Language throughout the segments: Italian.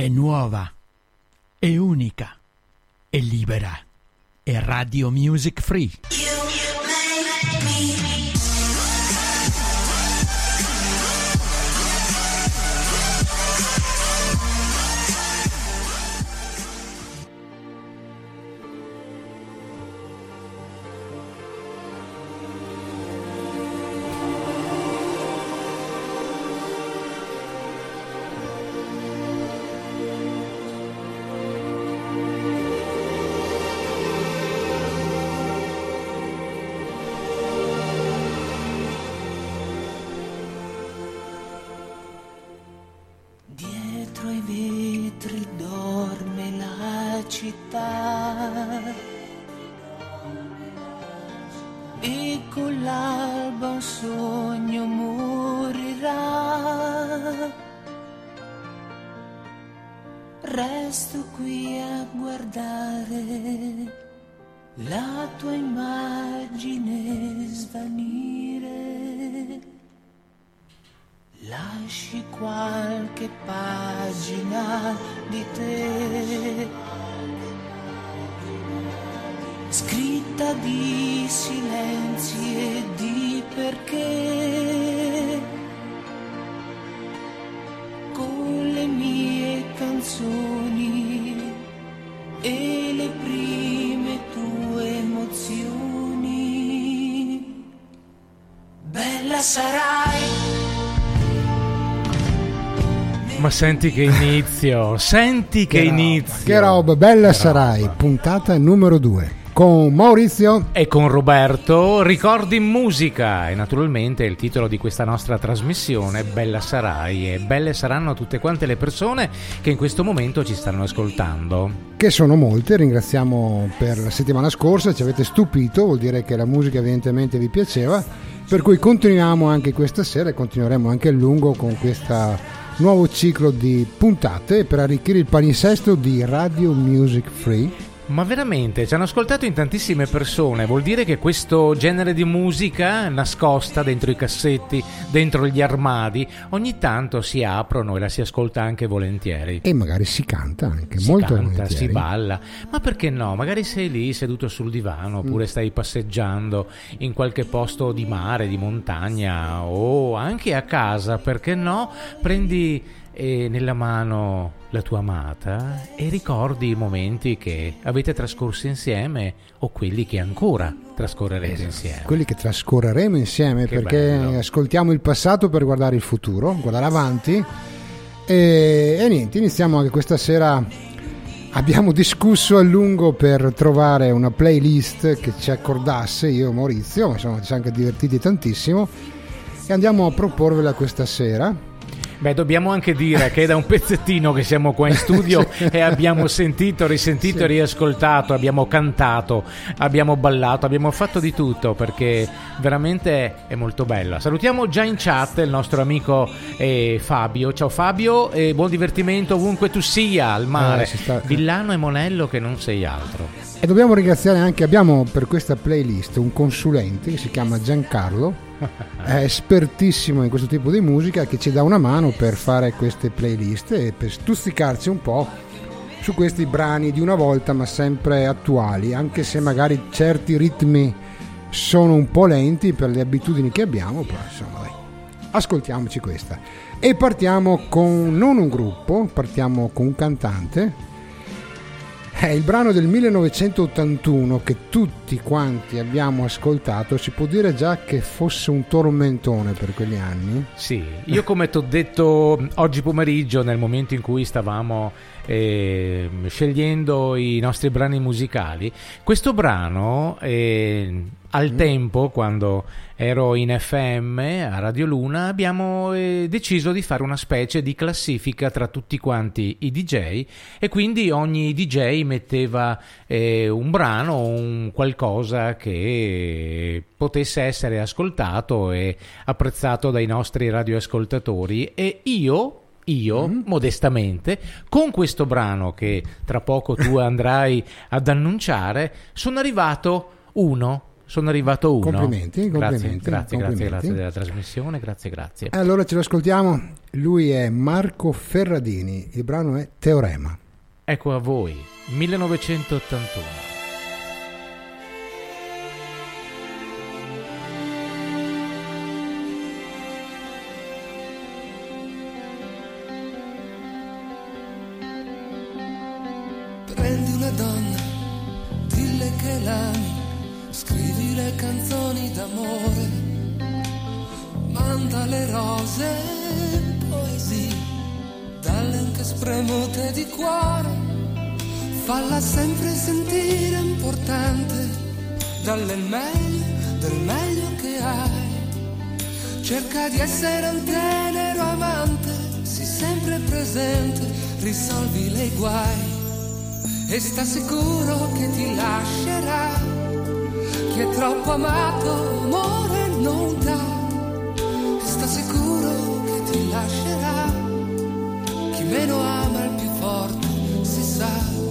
è nuova, è unica, è libera, è Radio Music Free. E con l'alba un sogno morirà. Resto qui a guardare la tua immagine svanire. Lasci qualche pagina di te, scritta di silenzi e di perché, con le mie canzoni e le prime tue emozioni. Bella sarai. Ma senti che inizio, senti che inizio. Che roba, bella sarai, puntata numero 2. Con Maurizio e con Roberto, ricordi in musica, e naturalmente il titolo di questa nostra trasmissione, Bella sarai, e belle saranno tutte quante le persone che in questo momento ci stanno ascoltando. Che sono molte, ringraziamo per la settimana scorsa, ci avete stupito, vuol dire che la musica evidentemente vi piaceva, per cui continuiamo anche questa sera e continueremo anche a lungo con questo nuovo ciclo di puntate per arricchire il palinsesto di Radio Music Free. Ma veramente, ci hanno ascoltato in tantissime persone, vuol dire che questo genere di musica nascosta dentro i cassetti, dentro gli armadi, ogni tanto si aprono e la si ascolta anche volentieri. E magari si canta anche, si molto canta, volentieri. Si balla, ma perché no? Magari sei lì seduto sul divano, oppure stai passeggiando in qualche posto di mare, di montagna, o anche a casa, perché no? Prendi nella mano la tua amata e ricordi i momenti che avete trascorso insieme o quelli che ancora trascorrerete insieme. Quelli che trascorreremo insieme, che perché bello. Ascoltiamo il passato per guardare il futuro, guardare avanti e niente, iniziamo anche questa sera. Abbiamo discusso a lungo per trovare una playlist che ci accordasse, io e Maurizio, insomma ci siamo anche divertiti tantissimo e andiamo a proporvela questa sera. Beh, dobbiamo anche dire che è da un pezzettino che siamo qua in studio e abbiamo sentito, risentito e riascoltato, abbiamo cantato, abbiamo ballato, abbiamo fatto di tutto perché veramente è molto bella. Salutiamo già in chat il nostro amico Fabio. Ciao Fabio e buon divertimento ovunque tu sia, al mare, Villano e Monello che non sei altro. E dobbiamo ringraziare anche, abbiamo per questa playlist un consulente che si chiama Giancarlo, è espertissimo in questo tipo di musica, che ci dà una mano per fare queste playlist e per stuzzicarci un po' su questi brani di una volta ma sempre attuali, anche se magari certi ritmi sono un po' lenti per le abitudini che abbiamo, però insomma dai, ascoltiamoci questa e partiamo con non un gruppo, partiamo con un cantante. È il brano del 1981 che tutti quanti abbiamo ascoltato, si può dire già che fosse un tormentone per quegli anni. Sì, io come ti ho detto oggi pomeriggio nel momento in cui stavamo scegliendo i nostri brani musicali, questo brano al tempo, quando ero in FM a Radio Luna, abbiamo deciso di fare una specie di classifica tra tutti quanti i DJ e quindi ogni DJ metteva un brano, un qualcosa che potesse essere ascoltato e apprezzato dai nostri radioascoltatori e io modestamente con questo brano che tra poco tu andrai ad annunciare sono arrivato uno. Complimenti. Grazie della trasmissione, grazie. Allora ce lo ascoltiamo, Lui è Marco Ferradini, il brano è Teorema. Ecco a voi, 1981. Prendi una donna, dille che l'ami, scrivi le canzoni d'amore, manda le rose, poesie, dalle anche spremute di cuore, falla sempre sentire importante, dalle il meglio del meglio che hai, cerca di essere un tenero amante, sii sempre presente, risolvi i guai. E sta sicuro che ti lascerà, chi è troppo amato amore non dà. E sta sicuro che ti lascerà, chi meno ama il più forte si sa.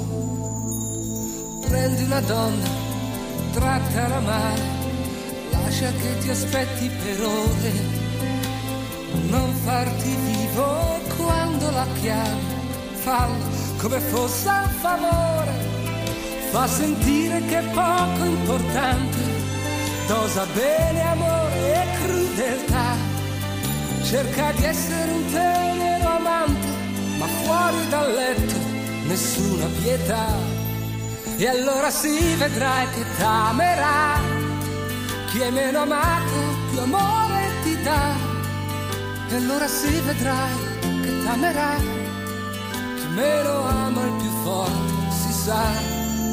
Prendi una donna, trattala male, lascia che ti aspetti per ore, non farti vivo quando la chiami, fallo come fosse un favore, fa sentire che è poco importante, dosa bene amore e crudeltà, cerca di essere un tenero amante, ma fuori dal letto nessuna pietà, e allora si vedrai che t'amerà, chi è meno amato più amore ti dà, e allora si vedrai che t'amerà, meno ama il più forte si sa.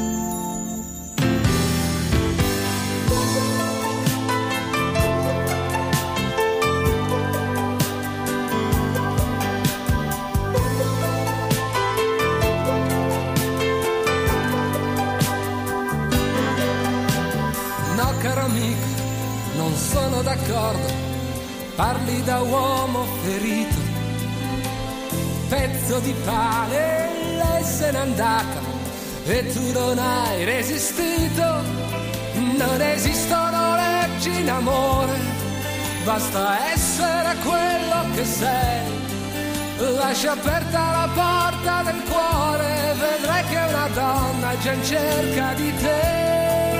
No caro amico, non sono d'accordo, parli da uomo ferito, pezzo di pane, lei se n'è andata e tu non hai resistito. Non esistono leggi in amore, basta essere quello che sei. Lascia aperta la porta del cuore, vedrai che una donna già in cerca di te.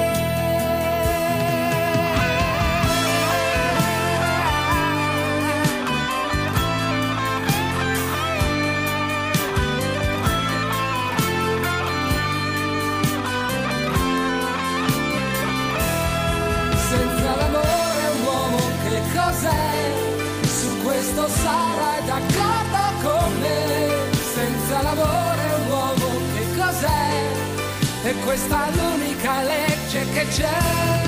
Su questo sarai d'accordo con me, senza lavoro un uomo che cos'è? E questa è l'unica legge che c'è.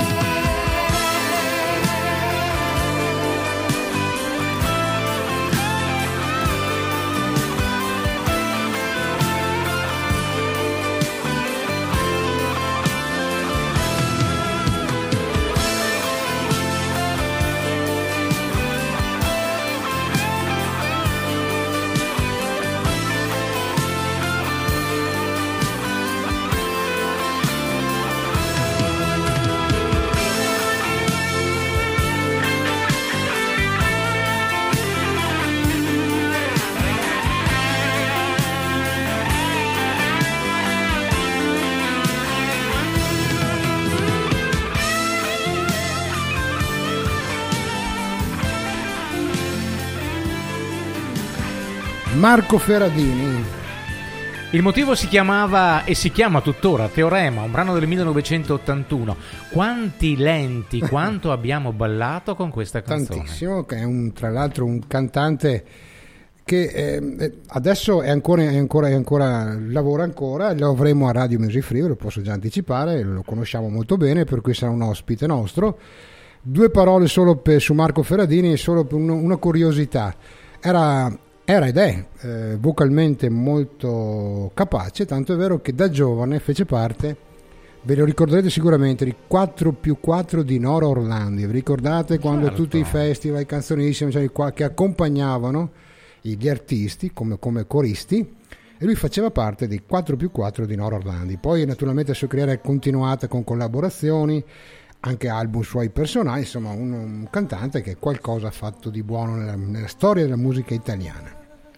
Marco Ferradini. Il motivo si chiamava e si chiama tuttora Teorema, un brano del 1981. Quanti lenti, quanto abbiamo ballato con questa canzone. Tantissimo, che è tra l'altro un cantante che adesso lavora ancora, lo avremo a Radio Music Free, lo posso già anticipare, lo conosciamo molto bene, per cui sarà un ospite nostro. Due parole solo su Marco Ferradini, solo per una curiosità. Era ed è vocalmente molto capace, tanto è vero che da giovane fece parte, ve lo ricorderete sicuramente, di 4+4 di Nora Orlandi. Vi ricordate quando certo, tutti i festival, i canzonissimi, cioè, che accompagnavano gli artisti come coristi, e lui faceva parte dei 4+4 di Nora Orlandi. Poi naturalmente la sua carriera è continuata con collaborazioni, anche album suoi personali, insomma un cantante che qualcosa ha fatto di buono nella storia della musica italiana.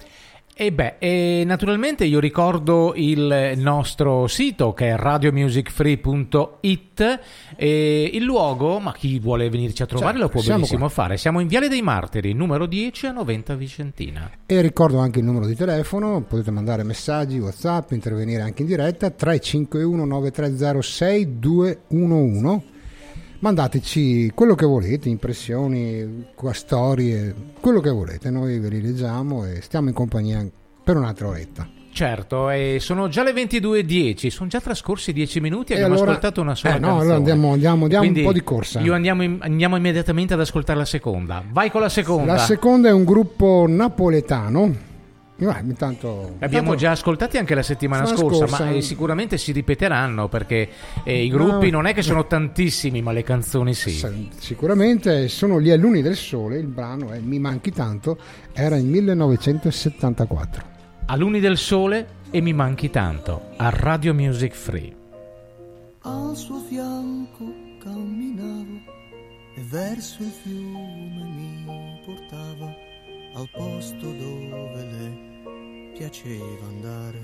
E naturalmente io ricordo il nostro sito che è radiomusicfree.it, e il luogo, ma chi vuole venirci a trovare lo può benissimo fare. Siamo in Viale dei Martiri, numero 10 a Noventa Vicentina. E ricordo anche il numero di telefono, potete mandare messaggi, WhatsApp, intervenire anche in diretta, 351 930 6211. Mandateci quello che volete, impressioni, storie, quello che volete, noi ve li leggiamo e stiamo in compagnia per un'altra oretta. Certo, e sono già le 22:10, sono già trascorsi 10 minuti e abbiamo ascoltato una sola canzone. Allora andiamo quindi un po' di corsa. Andiamo immediatamente ad ascoltare la seconda. Vai con la seconda. La seconda è un gruppo napoletano. Abbiamo già ascoltati anche la settimana scorsa, ma sicuramente si ripeteranno perché i gruppi non è che sono tantissimi, ma le canzoni sì. Sicuramente sono gli Alunni del Sole, il brano è Mi manchi tanto, era in 1974. Alunni del Sole e Mi manchi tanto, a Radio Music Free. Al suo fianco camminavo e verso il fiume mi portava al posto dove le piaceva andare.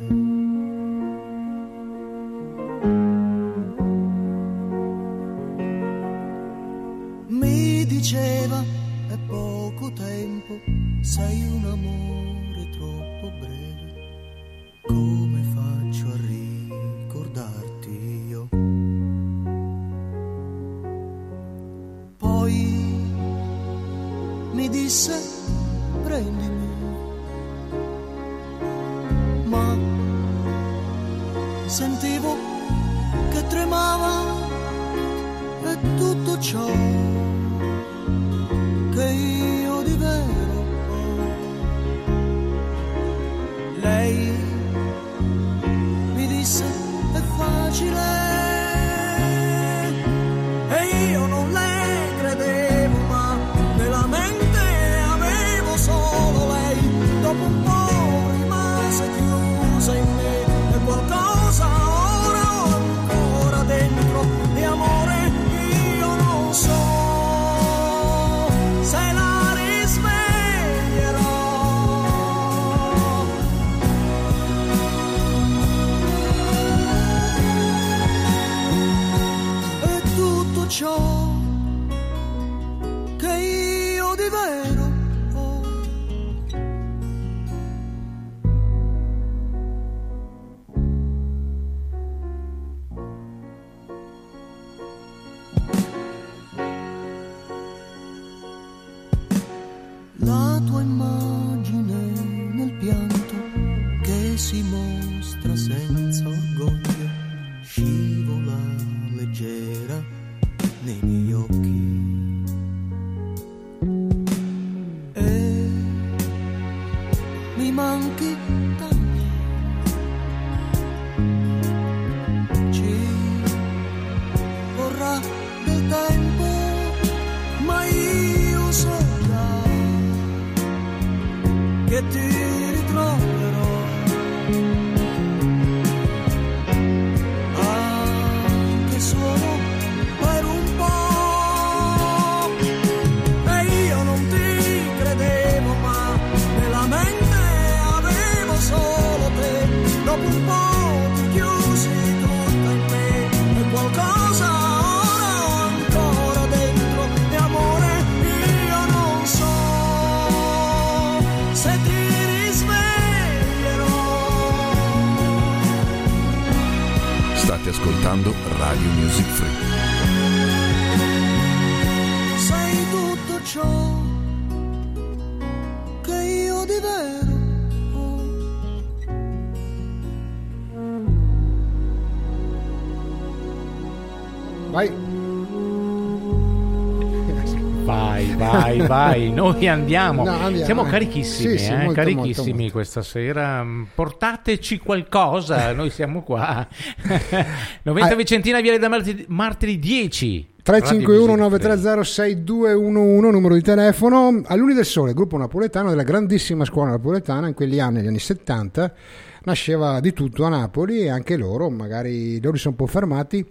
Mi diceva è poco tempo, sei un amore troppo breve, come faccio a ricordarti io? Poi mi disse prendimi, ma sentivo che tremava, e tutto ciò che io di vero ho. Lei mi disse è facile, e io non le credevo, ma nella mente avevo solo lei. Dopo un po' rimase chiusa in me, e qualcosa ora ho ancora dentro di amore. Io non so se la risveglierò, e tutto ciò che io di vero ho. La tua immagine nel pianto che si mostra senza orgoglio scivola leggera nei miei occhi, e mi manchi tanto. Ci vorrà del tempo, ma io so già che ti ritroverò, anche solo per un po'. E io non ti credevo, ma nella mente avevo solo te. Dopo un po' ti chiusi tutta in me, e qualcosa ora ho ancora dentro di amore. Io non so se ti risveglierò. State ascoltando Radio Music Free. Sei tutto ciò che io di vero ho. Vai. Vai, noi andiamo. Siamo sì, carichissimi, molto, carichissimi molto. questa sera. Portateci qualcosa, noi siamo qua. 90 Vicentina, Viale dei Martiri 10. 351 930 6211 numero di telefono. Alunni del Sole, gruppo napoletano della grandissima scuola napoletana. In quegli anni, negli anni 70, nasceva di tutto a Napoli, e anche loro, magari loro si sono un po' fermati,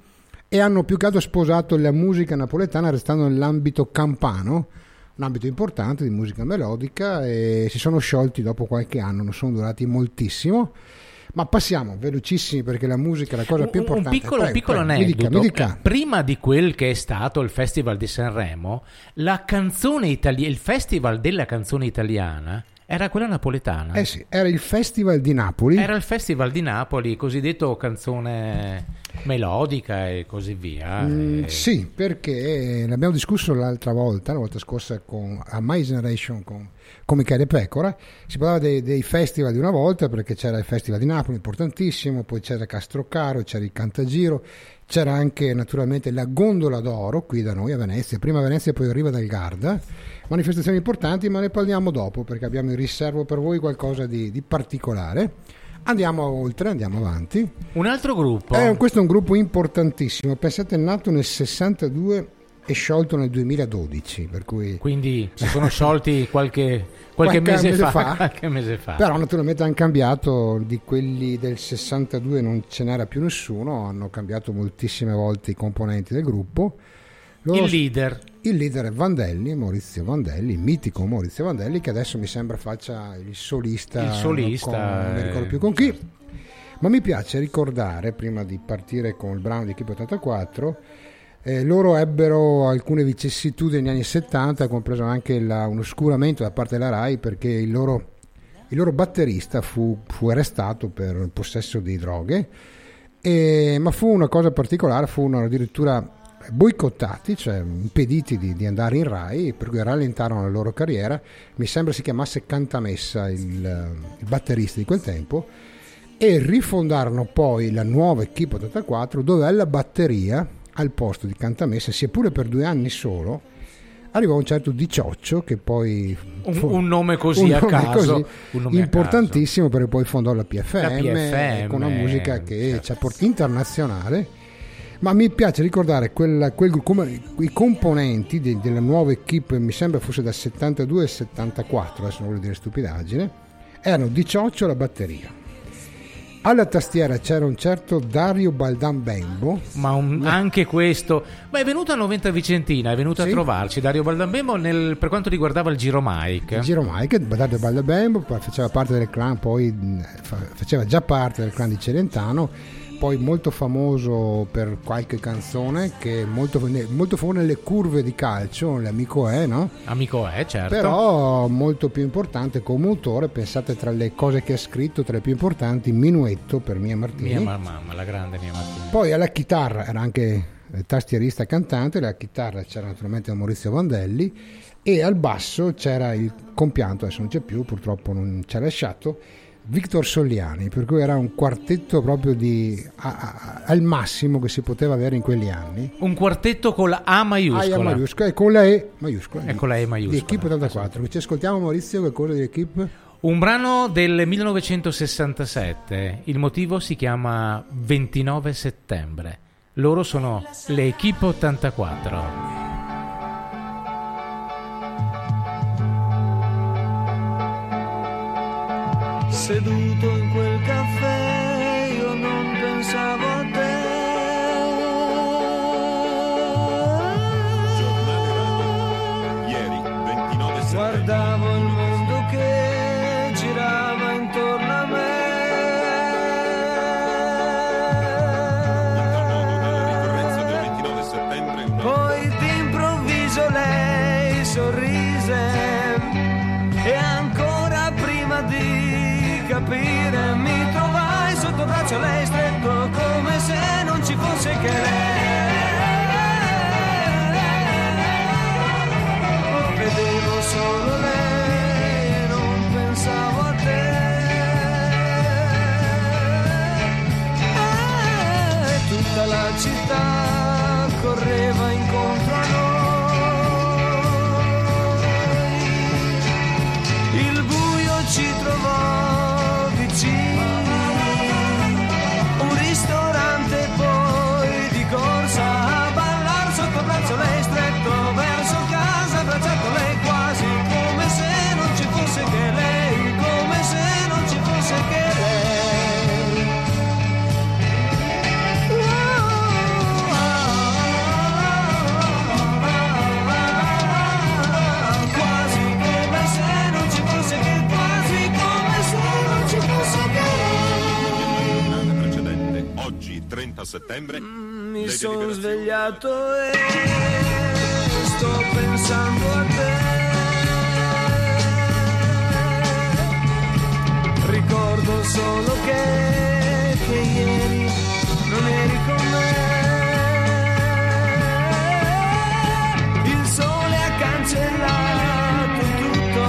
e hanno più che altro sposato la musica napoletana restando nell'ambito campano, un ambito importante di musica melodica, e si sono sciolti dopo qualche anno, non sono durati moltissimo. Ma passiamo velocissimi perché la musica è la cosa più importante. Un piccolo aneddoto. Mi dica. Prima di quel che è stato il Festival di Sanremo, la canzone italiana, il Festival della canzone italiana era quella napoletana. Eh sì, era il Festival di Napoli. Era il Festival di Napoli, cosiddetto canzone melodica e così via. Sì, perché l'abbiamo discusso la volta scorsa a My Generation con Michele Pecora. Si parlava dei festival di una volta, perché c'era il Festival di Napoli, importantissimo, poi c'era Castrocaro, c'era il Cantagiro, c'era anche naturalmente la Gondola d'Oro qui da noi a Venezia, prima Venezia e poi Riva del Garda. Manifestazioni importanti, ma ne parliamo dopo perché abbiamo in riserva per voi qualcosa di particolare. Andiamo oltre, andiamo avanti. Un altro gruppo. Questo è un gruppo importantissimo, pensate, è nato nel 62 e sciolto nel 2012, per cui... Quindi si sono sciolti qualche mese fa. Qualche mese fa. Però naturalmente hanno cambiato, di quelli del 62 non ce n'era più nessuno, hanno cambiato moltissime volte i componenti del gruppo. Il leader è Vandelli, Maurizio Vandelli, il mitico Maurizio Vandelli, che adesso mi sembra faccia il solista, non mi ricordo più con chi. Ma mi piace ricordare, prima di partire con il brano di Equipe 84, loro ebbero alcune vicissitudini negli anni 70, compreso anche un oscuramento da parte della RAI, perché il loro batterista fu arrestato per possesso di droghe, ma fu una cosa particolare, furono addirittura boicottati, cioè impediti di andare in RAI, per cui rallentarono la loro carriera. Mi sembra si chiamasse Cantamessa il batterista di quel tempo, e rifondarono poi la nuova Equipe 84, dove alla batteria, al posto di Cantamessa, sia pure per 2 anni solo, arrivò un certo Di Cioccio, che poi un nome così a caso, importantissimo, perché poi fondò la PFM con una musica che ci ha portato internazionale. Ma mi piace ricordare quel gruppo, i componenti della nuova Equipe, mi sembra fosse dal 72 al 74, adesso non voglio dire stupidaggine, erano Di Cioccio alla batteria. Alla tastiera c'era un certo Dario Baldan Bembo. Ma anche questo, è venuto a Noventa Vicentina, è venuto a trovarci Dario Baldan Bembo per quanto riguardava il Giro Mike. Dario Baldan Bembo faceva parte del clan, poi faceva già parte del clan di Celentano, poi molto famoso per qualche canzone, che è molto famoso nelle curve di calcio, l'Amico è, no? Amico è, certo. Però molto più importante come autore, pensate, tra le cose che ha scritto, tra le più importanti, Minuetto per Mia Martini. Mia mamma, la grande Mia Martini. Poi alla chitarra era anche tastierista e cantante, alla chitarra c'era naturalmente Maurizio Vandelli, e al basso c'era il compianto, adesso non c'è più, purtroppo non ci ha lasciato, Victor Sogliani, per cui era un quartetto proprio al massimo che si poteva avere in quegli anni. Un quartetto con la A maiuscola. E con la E maiuscola. E con la E maiuscola. Di Equipe 84. Ci ascoltiamo, Maurizio, che cosa di Equipe? Un brano del 1967. Il motivo si chiama 29 settembre. Loro sono le Equipe 84. Seduto in quel caffè io non pensavo a te. Giornale radio. Ieri, 29 settembre. Guardavo il mondo che girava intorno a me. In tal modo, nella ricorrenza del 29 settembre, Poi d'improvviso lei sorrise, e ancora prima di capire mi trovai sotto braccio lei stretto, come se non ci fosse che lei. Vedevo solo lei, non pensavo a te. Tutta la città correva incontro a noi, il buio ci trovò vicini, un ristorante poi di settembre. Mi le sono deliberazioni- svegliato e sto pensando a te. Ricordo solo che ieri non eri con me. Il sole ha cancellato tutto.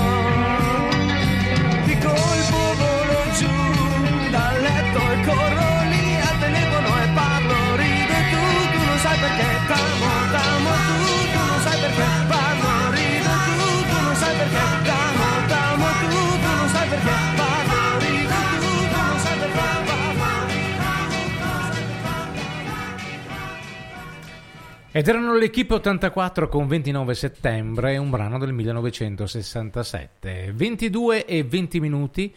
Di colpo volo giù dal letto e corro lì al telefono e parlo, rido e tu non sai perché t'amo tu non sai perché parlo, rido e tu non sai perché t'amo tu non sai perché parlo, rido e tu non sai perché Ed erano l'Equipe 84 con 29 settembre, un brano del 1967. 22 e 20 minuti,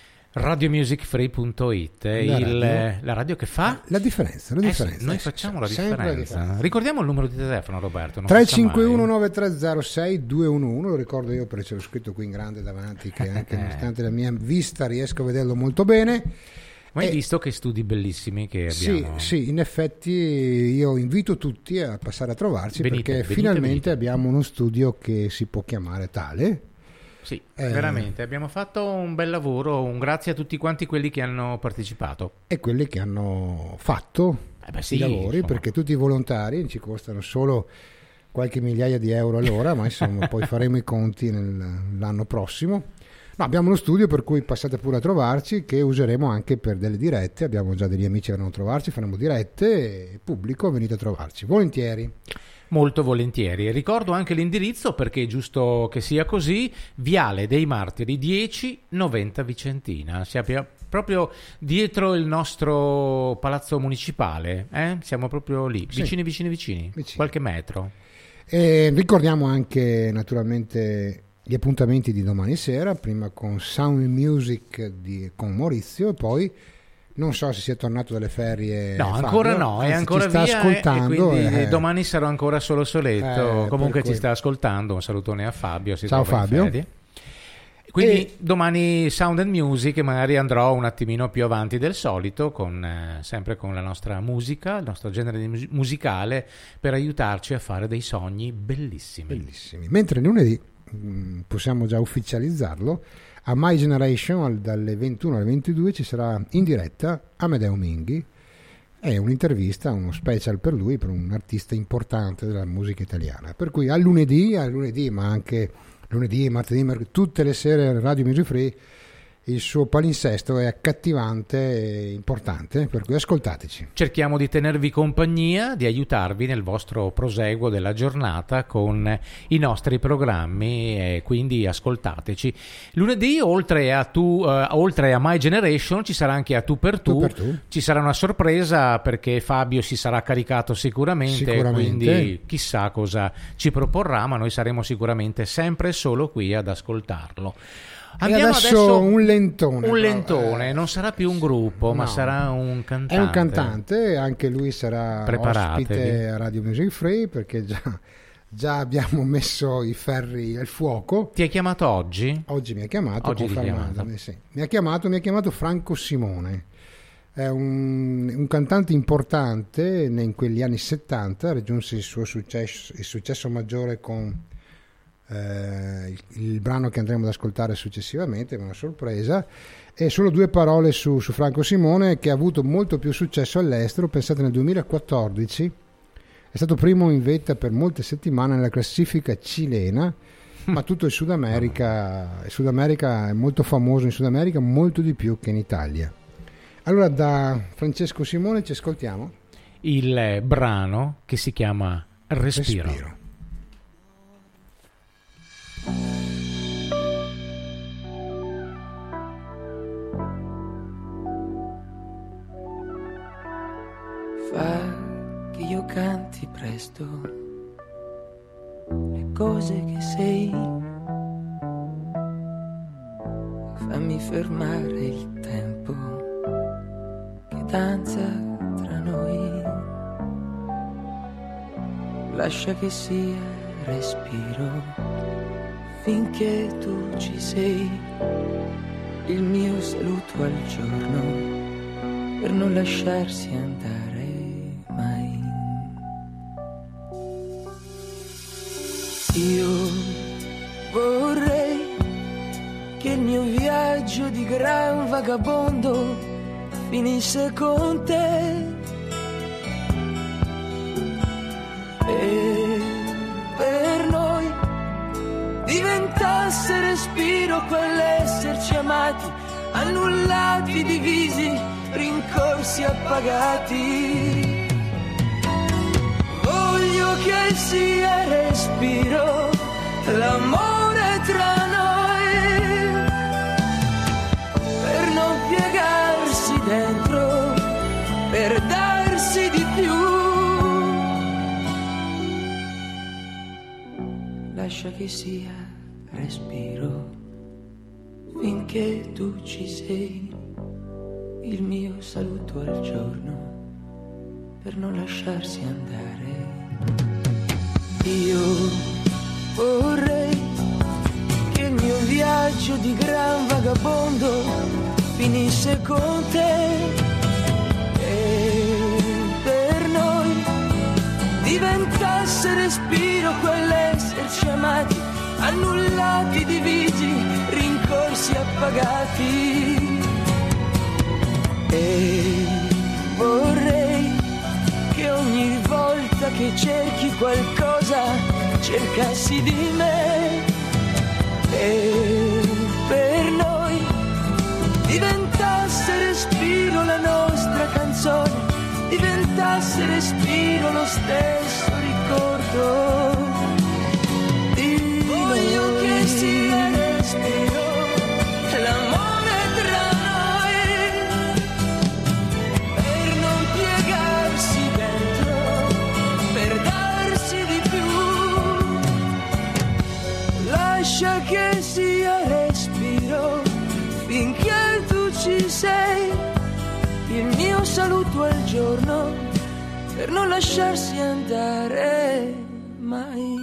radiomusicfree.it, la radio che fa? La differenza. Sì, noi facciamo la sempre la differenza. Ricordiamo il numero di telefono, Roberto. 351 930 211, lo ricordo io perché ce l'ho scritto qui in grande davanti, che anche nonostante la mia vista riesco a vederlo molto bene. Ma hai visto che studi bellissimi che abbiamo? Sì, in effetti io invito tutti a passare a trovarci, perché finalmente abbiamo uno studio che si può chiamare tale. Sì, veramente, abbiamo fatto un bel lavoro, un grazie a tutti quanti quelli che hanno partecipato. E quelli che hanno fatto sì, i lavori, insomma. perché tutti i volontari ci costano solo qualche migliaia di euro all'ora, ma insomma poi faremo i conti l'anno prossimo. No, abbiamo uno studio per cui passate pure a trovarci, che useremo anche per delle dirette. Abbiamo già degli amici che vanno a trovarci, faremo dirette e pubblico, venite a trovarci, volentieri. Molto volentieri. Ricordo anche l'indirizzo, perché è giusto che sia così: Viale dei Martiri 10, 90 Vicentina. Siamo proprio dietro il nostro palazzo municipale, siamo proprio lì, vicini, qualche metro. E ricordiamo anche naturalmente gli appuntamenti di domani sera, prima con Sound Music con Maurizio, e poi non so se sia tornato dalle ferie. No, Fabio, ancora no, è ancora ci sta via, ascoltando, e quindi domani sarò ancora solo soletto. Comunque per ci sta ascoltando, un salutone a Fabio. Ciao Fabio. Quindi domani Sound and Music, magari andrò un attimino più avanti del solito, sempre con la nostra musica, il nostro genere musicale, per aiutarci a fare dei sogni bellissimi. Mentre lunedì, possiamo già ufficializzarlo, a My Generation dalle 21 alle 22 ci sarà in diretta Amedeo Minghi. È un'intervista, uno special per lui, per un artista importante della musica italiana. Per cui a lunedì, ma anche lunedì, martedì, tutte le sere Radio Music Free, il suo palinsesto è accattivante e importante, per cui ascoltateci. Cerchiamo di tenervi compagnia, di aiutarvi nel vostro proseguo della giornata con i nostri programmi, e quindi ascoltateci. Lunedì, oltre a My Generation, ci sarà anche a Tu per Tu. Ci sarà una sorpresa, perché Fabio si sarà caricato sicuramente. Quindi chissà cosa ci proporrà, ma noi saremo sicuramente sempre solo qui ad ascoltarlo. Andiamo adesso un lentone, non sarà più un gruppo, ma sarà un cantante. È un cantante, anche lui sarà ospite a Radio Music Free, perché già abbiamo messo i ferri al fuoco. Ti ha chiamato oggi? Oggi mi ha chiamato, sì. Mi ha chiamato Franco Simone. È un cantante importante, in quegli anni 70 raggiunse il suo successo maggiore con il brano che andremo ad ascoltare successivamente, è una sorpresa. E solo due parole su Franco Simone, che ha avuto molto più successo all'estero. Pensate, nel 2014 è stato primo in vetta per molte settimane nella classifica cilena, ma tutto il Sud America è molto famoso in Sud America, molto di più che in Italia. Allora, da Francesco Simone ci ascoltiamo il brano che si chiama Respiro. Fa che io canti presto le cose che sei, fammi fermare il tempo che danza tra noi, lascia che sia respiro finché tu ci sei, il mio saluto al giorno per non lasciarsi andare. Io vorrei che il mio viaggio di gran vagabondo finisse con te e per noi diventasse respiro quell'esserci amati, annullati, divisi, rincorsi, appagati. Voglio che sia respiro l'amore tra noi, per non piegarsi dentro, per darsi di più. Lascia che sia respiro finché tu ci sei, il mio saluto al giorno per non lasciarsi andare. Io vorrei che il mio viaggio di gran vagabondo finisse con te e per noi diventasse respiro quell'esserci amati, annullati, divisi, rincorsi, appagati. E vorrei che ogni volta che cerchi qualcosa cercassi di me e per noi diventasse respiro la nostra canzone, diventasse respiro lo stesso ricordo. Voglio che sia respiro l'amore tra noi, per non piegarsi dentro, per darsi di più. Lascia che sia respiro finché tu ci sei, il mio saluto al giorno per non lasciarsi andare mai.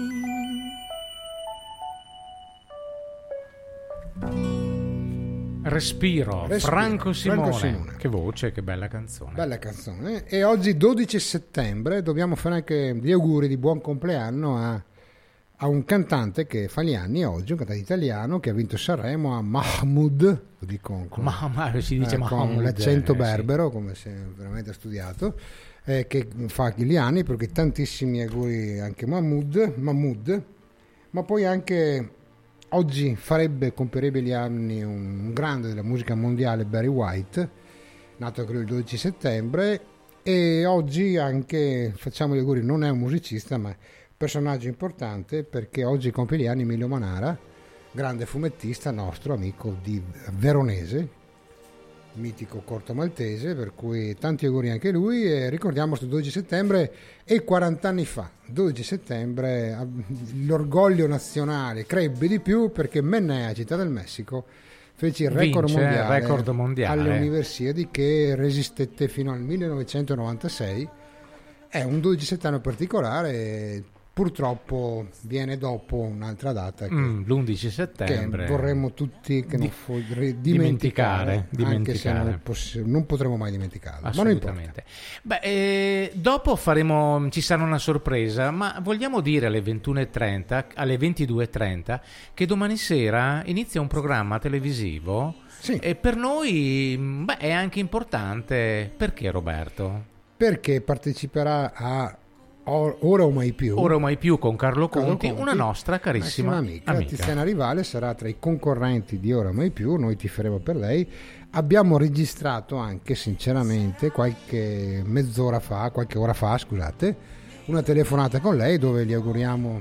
Respiro. Franco Simone. Che voce, che bella canzone. Bella canzone. E oggi 12 settembre dobbiamo fare anche gli auguri di buon compleanno a un cantante che fa gli anni oggi, un cantante italiano che ha vinto Sanremo, a Mahmoud, lo dico si dice Mahmoud, con l'accento berbero, come si è veramente studiato, che fa gli anni, perché tantissimi auguri anche Mahmoud, ma poi anche oggi compierebbe gli anni un grande della musica mondiale, Barry White, nato credo il 12 settembre, e oggi anche facciamo gli auguri, non è un musicista ma personaggio importante, perché oggi compie gli anni Emilio Manara, grande fumettista, nostro amico di Veronese, mitico corto maltese, per cui tanti auguri anche lui. E ricordiamo questo 12 settembre e 40 anni fa, 12 settembre, l'orgoglio nazionale crebbe di più perché Mennea, Città del Messico, fece il record mondiale alle Universiadi, che resistette fino al 1996. È un 12 settembre particolare, purtroppo viene dopo un'altra data l'11 settembre che vorremmo tutti dimenticare, anche se non potremo mai dimenticarlo, assolutamente. Ma dopo ci sarà una sorpresa, ma vogliamo dire alle 21:30, alle 22:30 che domani sera inizia un programma televisivo, sì. E per noi è anche importante. Perché, Roberto? Perché parteciperà a Ora o mai più con Carlo Conti, una nostra carissima amica. Tiziana Rivale sarà tra i concorrenti di Ora o mai più, noi tiferemo per lei. Abbiamo registrato anche sinceramente qualche ora fa, una telefonata con lei dove gli auguriamo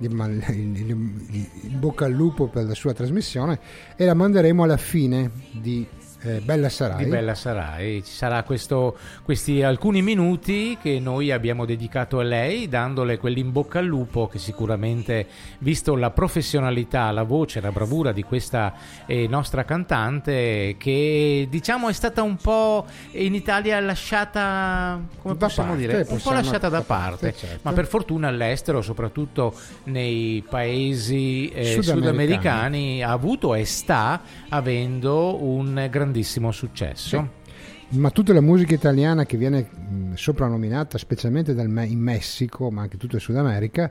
il bocca al lupo per la sua trasmissione, e la manderemo alla fine di Bella Sarai. Ci sarà questi alcuni minuti che noi abbiamo dedicato a lei, dandole quell'imbocca al lupo che sicuramente, visto la professionalità, la voce, la bravura di questa nostra cantante, che diciamo è stata un po' in Italia lasciata, come possiamo dire, un po' lasciata da parte, certo. Ma per fortuna all'estero, soprattutto nei paesi sudamericani, ha avuto e sta avendo un grandissimo successo. Sì. Ma tutta la musica italiana che viene soprannominata, specialmente in Messico, ma anche tutto il Sud America,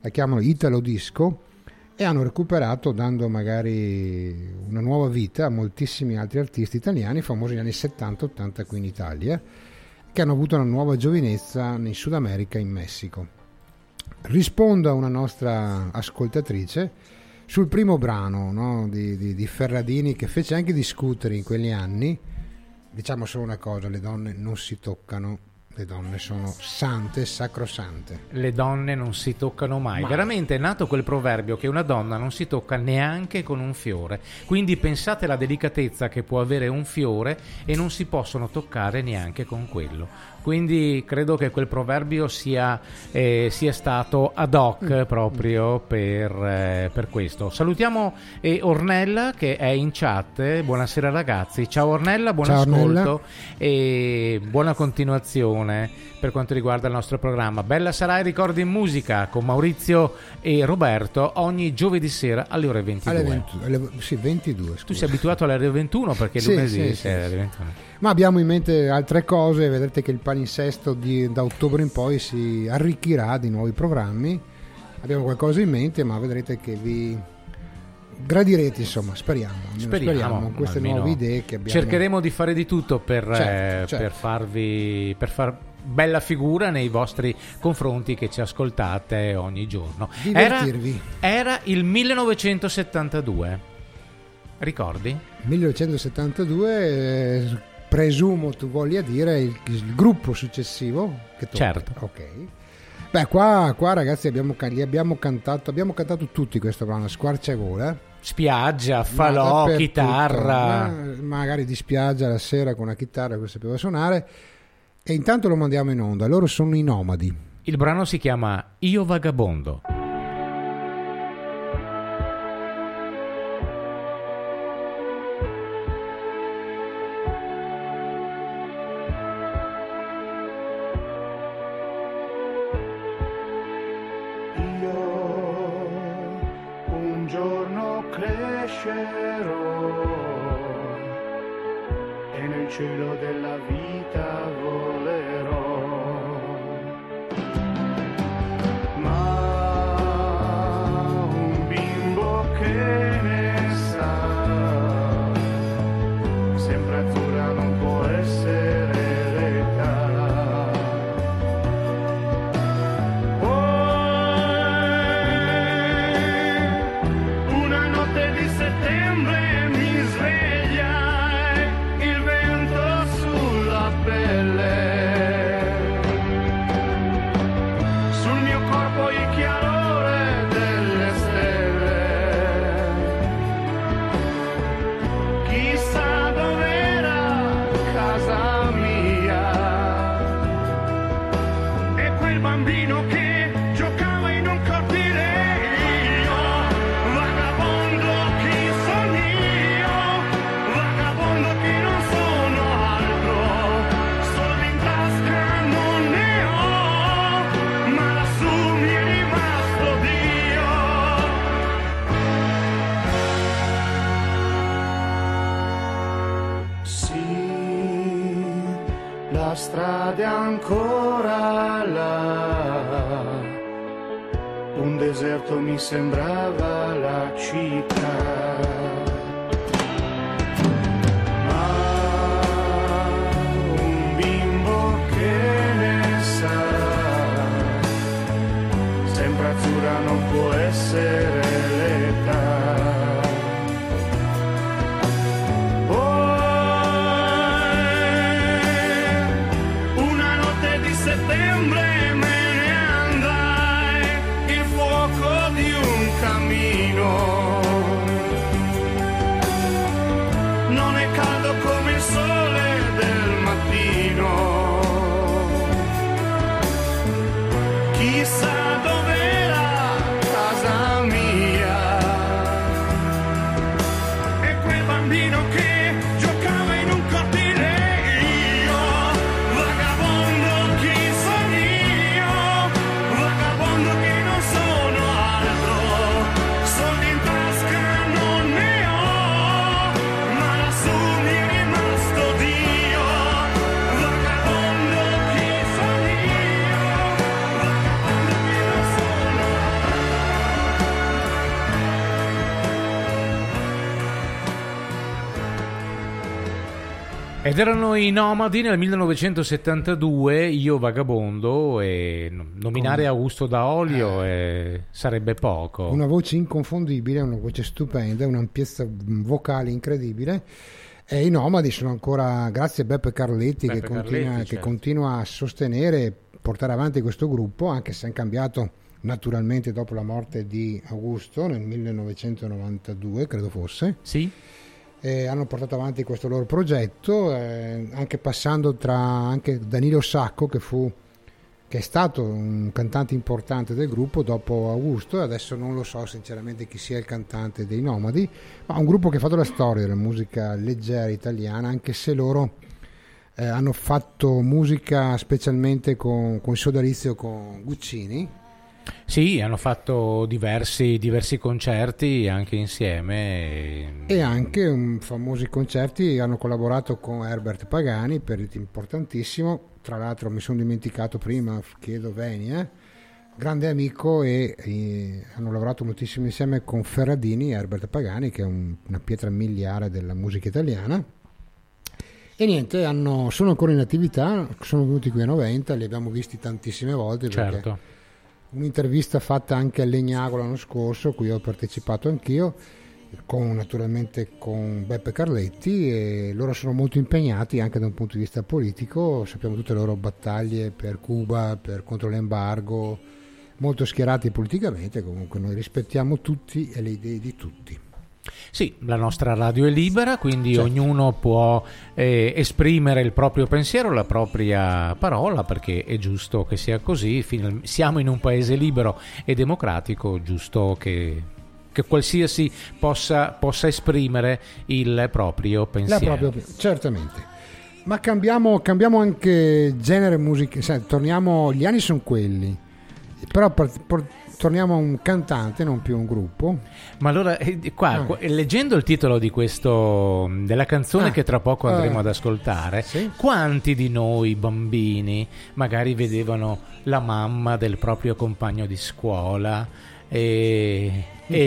la chiamano Italo Disco, e hanno recuperato, dando magari una nuova vita a moltissimi altri artisti italiani famosi negli anni 70-80 qui in Italia, che hanno avuto una nuova giovinezza in Sud America e in Messico. Rispondo a una nostra ascoltatrice sul primo brano, no, di Ferradini, che fece anche discutere in quegli anni. Diciamo solo una cosa: le donne non si toccano, le donne sono sante, sacrosante. Le donne non si toccano mai. Veramente è nato quel proverbio che una donna non si tocca neanche con un fiore. Quindi pensate alla delicatezza che può avere un fiore e non si possono toccare neanche con quello. Quindi credo che quel proverbio sia stato ad hoc proprio per questo. Salutiamo Ornella che è in chat. Buonasera ragazzi. Ciao Ornella, buon ascolto. Ornella. E buona continuazione per quanto riguarda il nostro programma. Bella sarà il Ricordi in Musica con Maurizio e Roberto ogni giovedì sera alle ore 22. Sì, 22. Scusa. Tu sei abituato alle ore 21 perché lunedì sei alle 21. Ma abbiamo in mente altre cose, vedrete che il palinsesto da ottobre in poi si arricchirà di nuovi programmi. Abbiamo qualcosa in mente, ma vedrete che vi gradirete, insomma, speriamo queste nuove idee che abbiamo. Cercheremo di fare di tutto per far bella figura nei vostri confronti che ci ascoltate ogni giorno. Divertirvi. Era il 1972. Ricordi? 1972, presumo tu voglia dire il gruppo successivo che tocca. Certo. Ok. Beh, qua ragazzi abbiamo cantato tutti questo brano, Squarciagola. Spiaggia, falò, chitarra. Magari di spiaggia la sera con una chitarra che sapeva suonare. E intanto lo mandiamo in onda. Loro sono i Nomadi. Il brano si chiama Io Vagabondo. E nel cielo della vita volerò, ma un bimbo che ne sa, sempre azzurra non può essere l'età. Poi una notte di settembre mi sveglia il vento sulla pelle, sul mio corpo il chiarore delle stelle, chissà dov'era casa mia, e quel bambino che giocava in un cortile. Io vagabondo, chi sono io? Vagabondo che non sono altro, soldi in tasca non ne ho, ma lassù mi è rimasto Dio. Sì, la strada è ancora là, un deserto mi sembrava la città. Ma un bimbo che ne sa, sempre azzurra non può essere l'età. Poi una notte di settembre me ne andai, il fuoco di un cammino. Non è caldo come il sole del mattino, chissà dov'era casa mia, e quel bambino che giocava in un cortile. Io vagabondo, chi sono io? Vagabondo che non sono altro, soldi in tasca non ne ho, ma lassù mi è rimasto Ed erano i Nomadi nel 1972, Io Vagabondo, e nominare Augusto Daolio sarebbe poco. Una voce inconfondibile, una voce stupenda, un'ampiezza vocale incredibile. E i Nomadi sono ancora, grazie a Beppe Carletti, che continua a sostenere e portare avanti questo gruppo, anche se hanno cambiato naturalmente dopo la morte di Augusto nel 1992, credo fosse. Sì. Hanno portato avanti questo loro progetto, anche passando tra anche Danilo Sacco, che è stato un cantante importante del gruppo dopo Augusto, e adesso non lo so sinceramente chi sia il cantante dei Nomadi, ma un gruppo che ha fatto la storia della musica leggera italiana, anche se loro hanno fatto musica specialmente con il sodalizio con Guccini. Sì, hanno fatto diversi concerti anche insieme. E anche famosi concerti, hanno collaborato con Herbert Pagani, importantissimo. Tra l'altro mi sono dimenticato prima, chiedo Venia, grande amico, e hanno lavorato moltissimo insieme con Ferradini e Herbert Pagani, che è una pietra miliare della musica italiana. E niente, sono ancora in attività, sono venuti qui a 90, li abbiamo visti tantissime volte. Certo. Un'intervista fatta anche a Legnago l'anno scorso, cui ho partecipato anch'io, naturalmente con Beppe Carletti, e loro sono molto impegnati anche da un punto di vista politico, sappiamo tutte le loro battaglie per Cuba, contro l'embargo, molto schierati politicamente. Comunque noi rispettiamo tutti e le idee di tutti. Sì, la nostra radio è libera, quindi certo, ognuno può esprimere il proprio pensiero, la propria parola, perché è giusto che sia così. Siamo in un paese libero e democratico, giusto che qualsiasi possa esprimere il proprio pensiero. Certamente. Ma cambiamo anche genere musicale, torniamo, gli anni sono quelli, però torniamo a un cantante, non più un gruppo. Ma allora, leggendo il titolo di della canzone che tra poco andremo ad ascoltare, sì? Quanti di noi bambini magari vedevano la mamma del proprio compagno di scuola e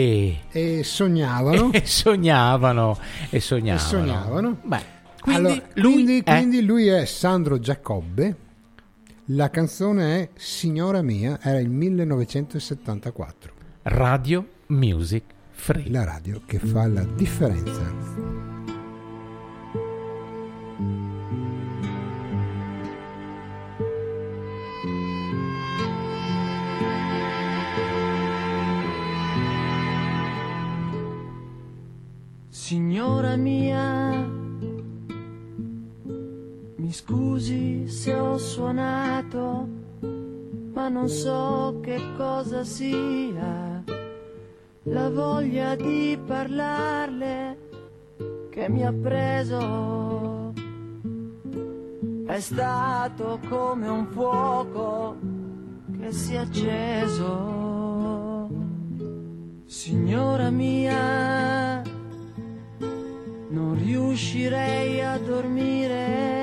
sognavano. E sognavano. Beh, quindi lui è Sandro Giacobbe. La canzone è Signora Mia, era il 1974. Radio Music Free. La radio che fa la differenza. Signora mia, mi scusi se ho suonato, ma non so che cosa sia la voglia di parlarle che mi ha preso. È stato come un fuoco che si è acceso. Signora mia, non riuscirei a dormire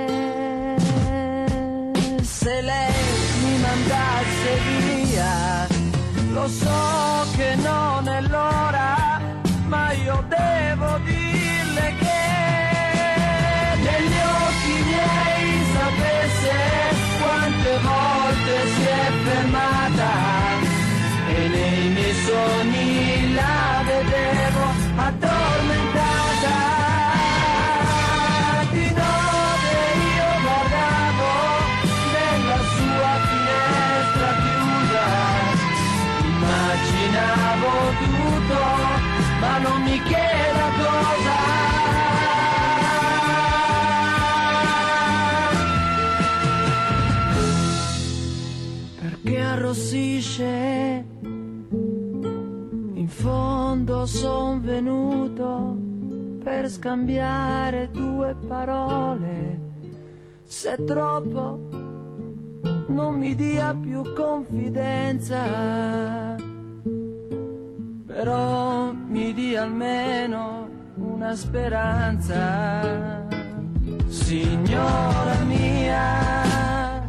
se lei mi mandasse via. Lo so che non è l'ora, ma io devo dirle che negli occhi miei sapesse quante volte si è fermata, e nei miei sogni la vedevo addormentata. Immaginavo tutto, ma non mi chieda cosa. Perché arrossisce? In fondo son venuto per scambiare due parole. Se è troppo, non mi dia più confidenza, però mi dia almeno una speranza. Signora mia,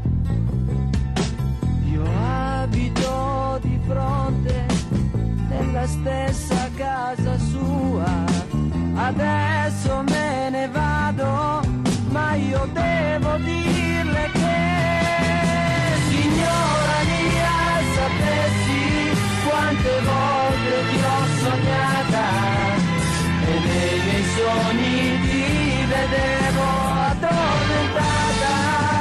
io abito di fronte nella stessa casa sua, adesso me ne vado, ma vedevo addormentata,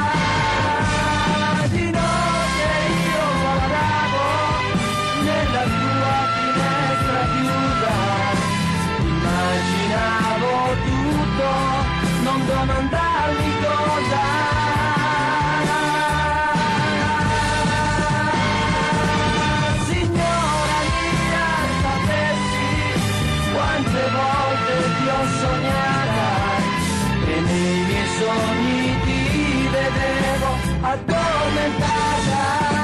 di notte io guardavo nella tua finestra chiusa, immaginavo tutto, non domandarmi cosa. Signora mia, sapessi quante volte ti ho sognata e nei miei sogni ti vedevo addormentata.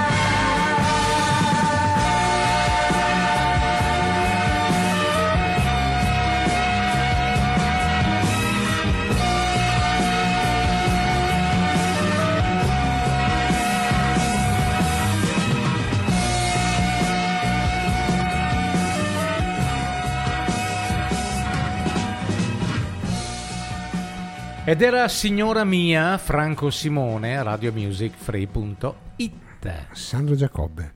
Ed era Signora mia, Franco Simone, radiomusicfree.it. Sandro Giacobbe.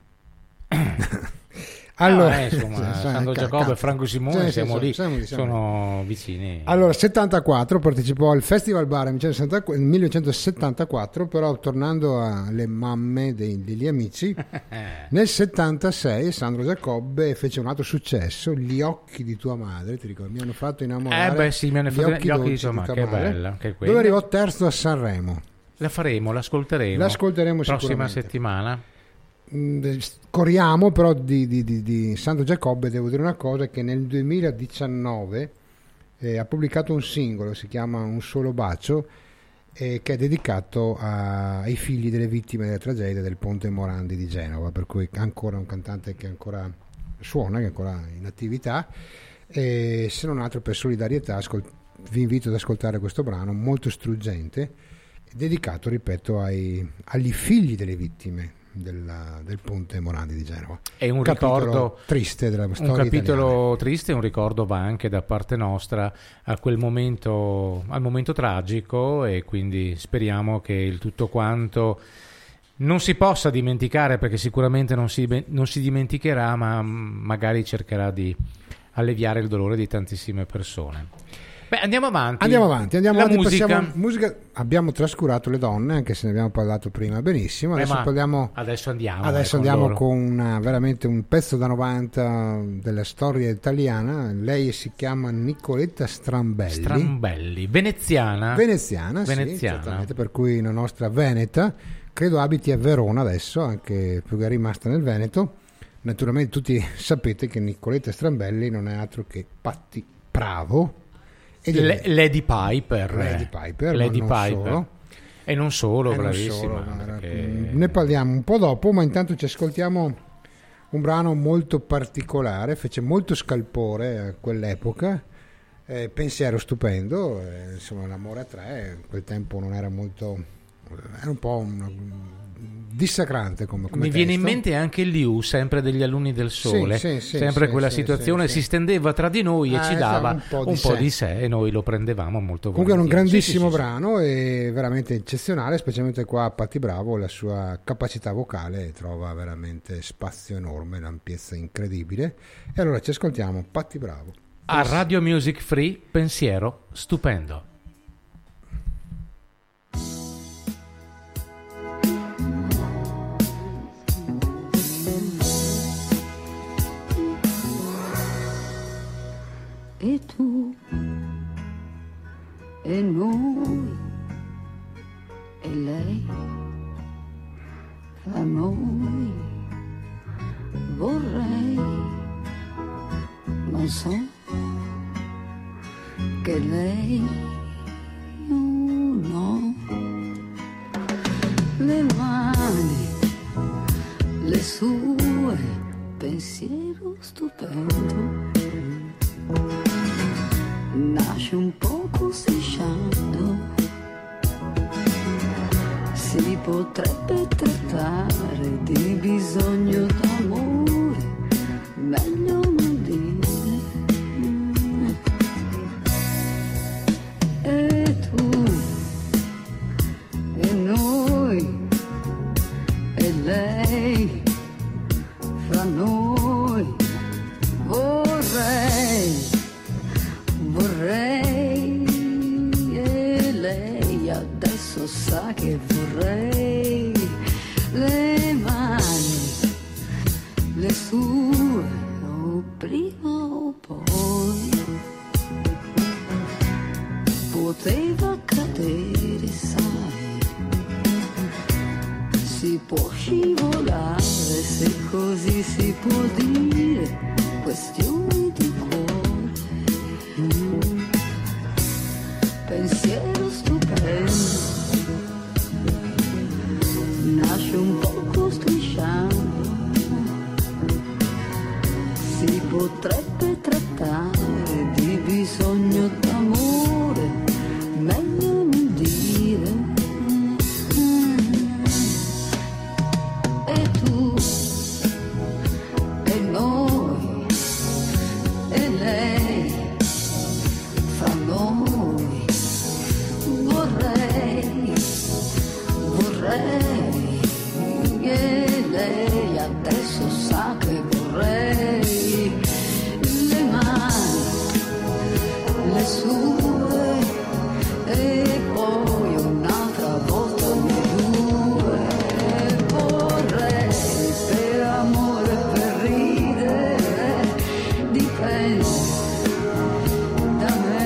Allora, insomma, Sandro Giacobbe e Franco Simone, siamo lì, sono vicini. Allora, 74 partecipò al Festival Bar nel 1974, però tornando alle mamme degli amici, nel 76 Sandro Giacobbe fece un altro successo, Gli occhi di tua madre, ti ricordi? Mi hanno fatto innamorare. Sì, mi hanno fatto gli occhi di tua madre, che bella, anche quella. Dove arrivò terzo a Sanremo. L'ascolteremo prossima settimana. Corriamo, però di Sandro Giacobbe devo dire una cosa, che nel 2019 ha pubblicato un singolo, si chiama Un solo bacio, che è dedicato ai figli delle vittime della tragedia del Ponte Morandi di Genova, per cui ancora un cantante che ancora suona, che è ancora in attività, e se non altro per solidarietà vi invito ad ascoltare questo brano molto struggente, dedicato, ripeto, agli figli delle vittime del Ponte Morandi di Genova. È un ricordo triste della storia italiana. Un capitolo italiana. Triste, un ricordo va anche da parte nostra a quel momento, al momento tragico, e quindi speriamo che il tutto quanto non si possa dimenticare, perché sicuramente non si dimenticherà, ma magari cercherà di alleviare il dolore di tantissime persone. Beh, andiamo avanti. Musica. Abbiamo trascurato le donne, anche se ne abbiamo parlato prima benissimo. Adesso andiamo con veramente un pezzo da 90 della storia italiana. Lei si chiama Nicoletta Strambelli. Veneziana. Sì, esattamente, per cui una nostra veneta, credo abiti a Verona adesso, anche perché è rimasta nel Veneto. Naturalmente tutti sapete che Nicoletta Strambelli non è altro che Patti Bravo. Lady Piper. E non solo, bravissima. Ne parliamo un po' dopo, ma intanto ci ascoltiamo un brano molto particolare, fece molto scalpore a quell'epoca, pensiero stupendo, insomma l'amore a tre, a quel tempo non era molto, era un po' dissacrante come mi viene in mente anche Liu, sempre degli Alunni del Sole, sempre quella situazione si stendeva tra di noi e ci dava un po' di sé e noi lo prendevamo molto volentieri. Comunque è un grandissimo brano e veramente eccezionale, specialmente qua a Patti Bravo, la sua capacità vocale trova veramente spazio enorme, un'ampiezza incredibile, e allora ci ascoltiamo Patti Bravo a Radio Music Free, pensiero stupendo. E tu, e noi, e lei, fra noi, vorrei, non so, che lei, no, le mani, le sue, pensiero stupendo. Nasce un poco strisciando, si potrebbe trattare di bisogno d'amore, meglio non dire. E tu, e noi, e lei, fra noi, vorrei, sa che vorrei le mani, le sue, o prima o poi. Poteva cadere, sai, si può scivolare, se così si può dire, questioni di cuore. Pensiero stupendo, nasce un poco strisciando, si potrebbe trattare di bisogno d'amore, meglio non dire. E tu, e noi, e lei, fra noi. Vorrei che lei adesso sa che vorrei le mani, le sue, e poi un'altra volta le due. Vorrei per amore, per ridere, dipende da me.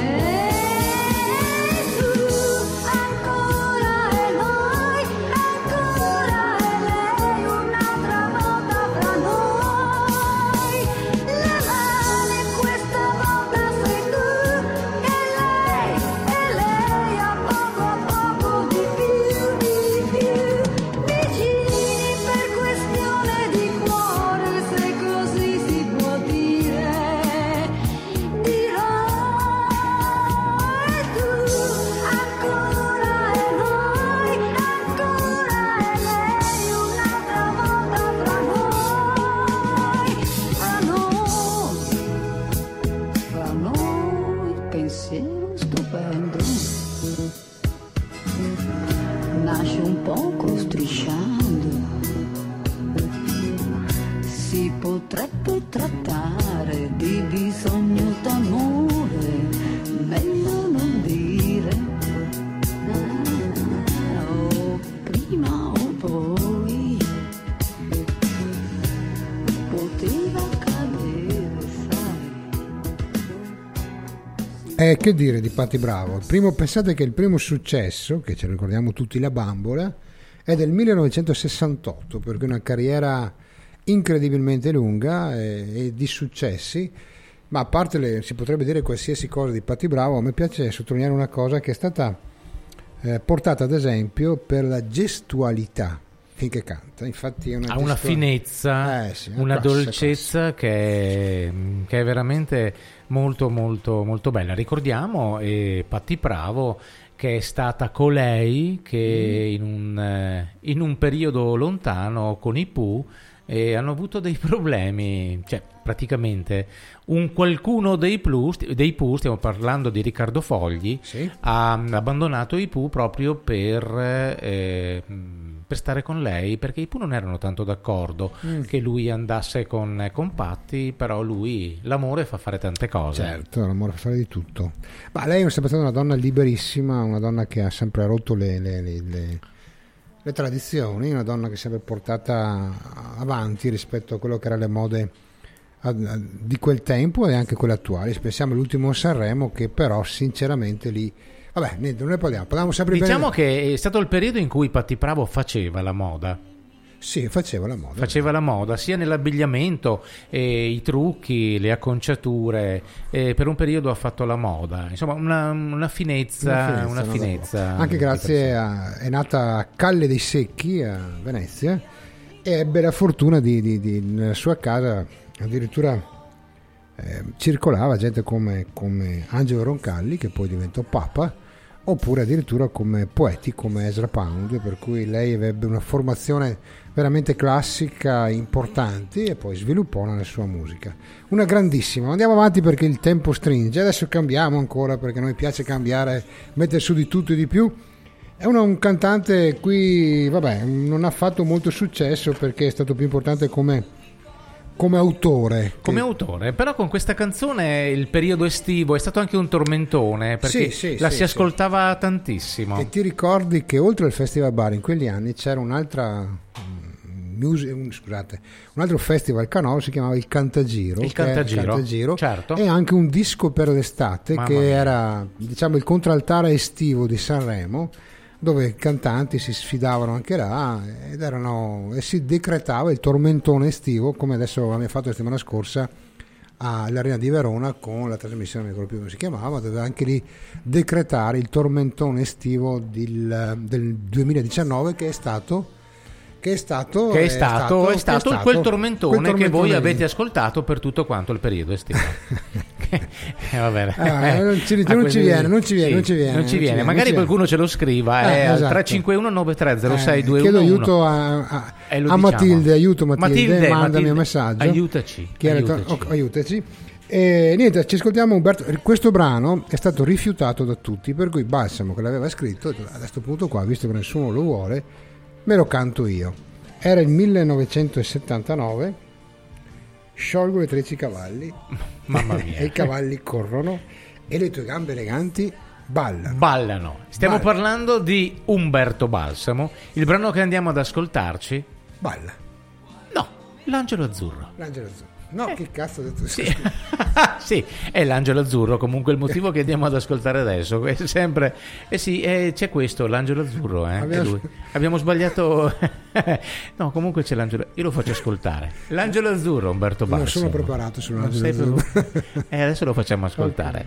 Nasce un poco strisciando, si potrebbe trattare di bisogno d'amore, meglio non dire, o prima o poi, poteva cadere, sai. Che dire di Patti Bravo? Pensate che il primo successo, che ce lo ricordiamo tutti, La Bambola, è del 1968, perché una carriera incredibilmente lunga e di successi. Ma a parte si potrebbe dire qualsiasi cosa di Patti Bravo, a me piace sottolineare una cosa che è stata portata ad esempio per la gestualità finché canta. Infatti è ha una finezza, sì, una dolcezza che è veramente molto molto molto bella. Ricordiamo Patti Bravo, che è stata colei che in un periodo lontano con i Pooh hanno avuto dei problemi, cioè praticamente qualcuno dei Pooh, stiamo parlando di Riccardo Fogli, sì, ha abbandonato i Pooh proprio per stare con lei, perché i Pooh non erano tanto d'accordo che lui andasse con Patti, però l'amore fa fare tante cose. Certo, l'amore fa fare di tutto. Ma lei è sempre stata una donna liberissima, una donna che ha sempre rotto le tradizioni, una donna che si è sempre portata avanti rispetto a quello che erano le mode di quel tempo e anche quelle attuali. Pensiamo all'ultimo Sanremo, che però sinceramente lì, vabbè, niente, non ne parliamo sempre diciamo bene. Che è stato il periodo in cui Patti Bravo faceva la moda. Sì, faceva la moda sia nell'abbigliamento, i trucchi, le acconciature, per un periodo ha fatto la moda, insomma una finezza. Anche grazie è nata a Calle dei Secchi a Venezia e ebbe la fortuna di nella sua casa addirittura circolava gente come Angelo Roncalli, che poi diventò Papa, oppure addirittura come poeti come Ezra Pound, per cui lei ebbe una formazione veramente classica, importante, e poi sviluppò nella sua musica. Una grandissima. Andiamo avanti perché il tempo stringe, adesso cambiamo ancora perché a noi piace cambiare, mettere su di tutto e di più. È un cantante qui, vabbè, non ha fatto molto successo perché è stato più importante come come autore. Come autore, però con questa canzone il periodo estivo è stato anche un tormentone, perché si ascoltava tantissimo. E ti ricordi che oltre al Festival Bar in quegli anni c'era un'altra un altro festival canoro, si chiamava il Cantagiro, certo. E anche un disco per l'estate, Mamma che mia. era, diciamo, il contraltare estivo di Sanremo, dove i cantanti si sfidavano anche là e si decretava il tormentone estivo, come adesso abbiamo fatto la settimana scorsa all'Arena di Verona con la trasmissione, non mi ricordo più come si chiamava, doveva anche lì decretare il tormentone estivo del 2019, che è stato quel tormentone che voi lì. avete ascoltato per tutto quanto il periodo estivo. Va bene. Non ci viene. Magari qualcuno ce lo scriva al 351 930621. Chiedo aiuto a Matilde, mandami un messaggio. Aiutaci. Aiutaci. E niente, ci ascoltiamo Umberto. Questo brano è stato rifiutato da tutti, per cui Balsamo, che l'aveva scritto, a questo punto qua, visto che nessuno lo vuole, me lo canto io. Era il 1979, sciolgo le 13 cavalli. Mamma mia. E i cavalli corrono e le tue gambe eleganti ballano. Stiamo parlando di Umberto Balsamo. Il brano che andiamo ad ascoltarci balla. No, L'Angelo Azzurro. No, che cazzo ho detto? Sì. Sì, è l'Angelo Azzurro. Comunque il motivo che andiamo ad ascoltare adesso è sempre c'è questo, l'Angelo Azzurro, è lui. Abbiamo sbagliato. No, comunque c'è l'Angelo. Io lo faccio ascoltare. L'Angelo Azzurro, Umberto Balsamo. Non sono preparato sull'Angelo Azzurro. Adesso lo facciamo ascoltare.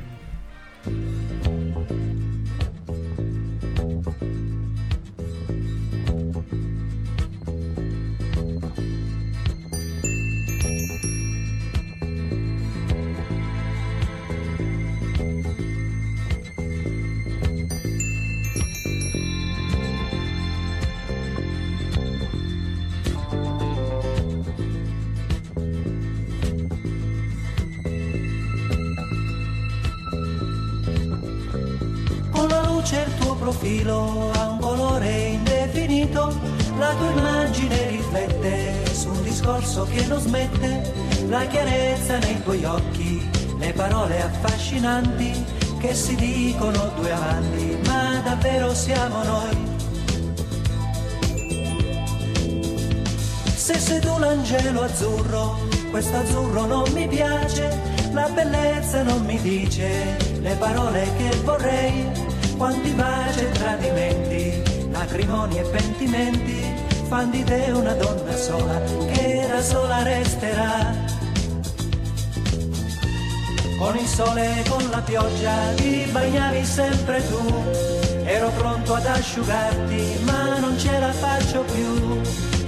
Il tuo profilo ha un colore indefinito, la tua immagine riflette su un discorso che non smette, la chiarezza nei tuoi occhi, le parole affascinanti che si dicono due amanti, ma davvero siamo noi. Se sei tu l'angelo azzurro, questo azzurro non mi piace, la bellezza non mi dice le parole che vorrei. Quanti baci e tradimenti, lacrimoni e pentimenti, fan di te una donna sola, che da sola resterà. Con il sole e con la pioggia ti bagnavi sempre tu, ero pronto ad asciugarti, ma non ce la faccio più.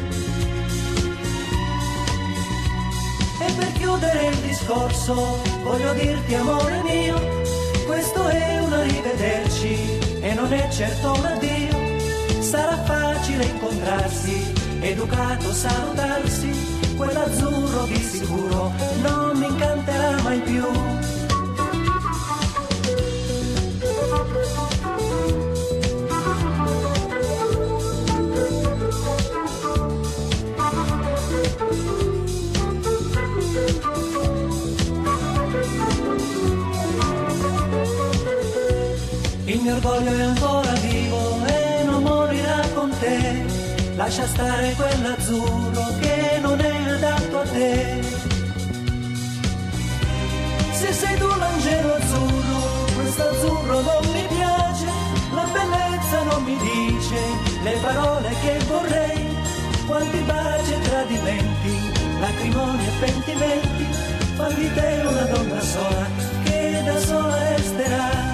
E per chiudere il discorso, voglio dirti amore mio, questo è un arrivederci e non è certo un addio. Sarà facile incontrarsi, educato salutarsi, quell'azzurro di sicuro non mi incanterà mai più. Il mio orgoglio è ancora vivo e non morirà con te. Lascia stare quell'azzurro che non è adatto a te. Se sei tu l'angelo azzurro, questo azzurro non mi piace, la bellezza non mi dice le parole che vorrei. Quanti baci e tradimenti, lacrimoni e pentimenti, fan di te una donna sola che da sola resterà.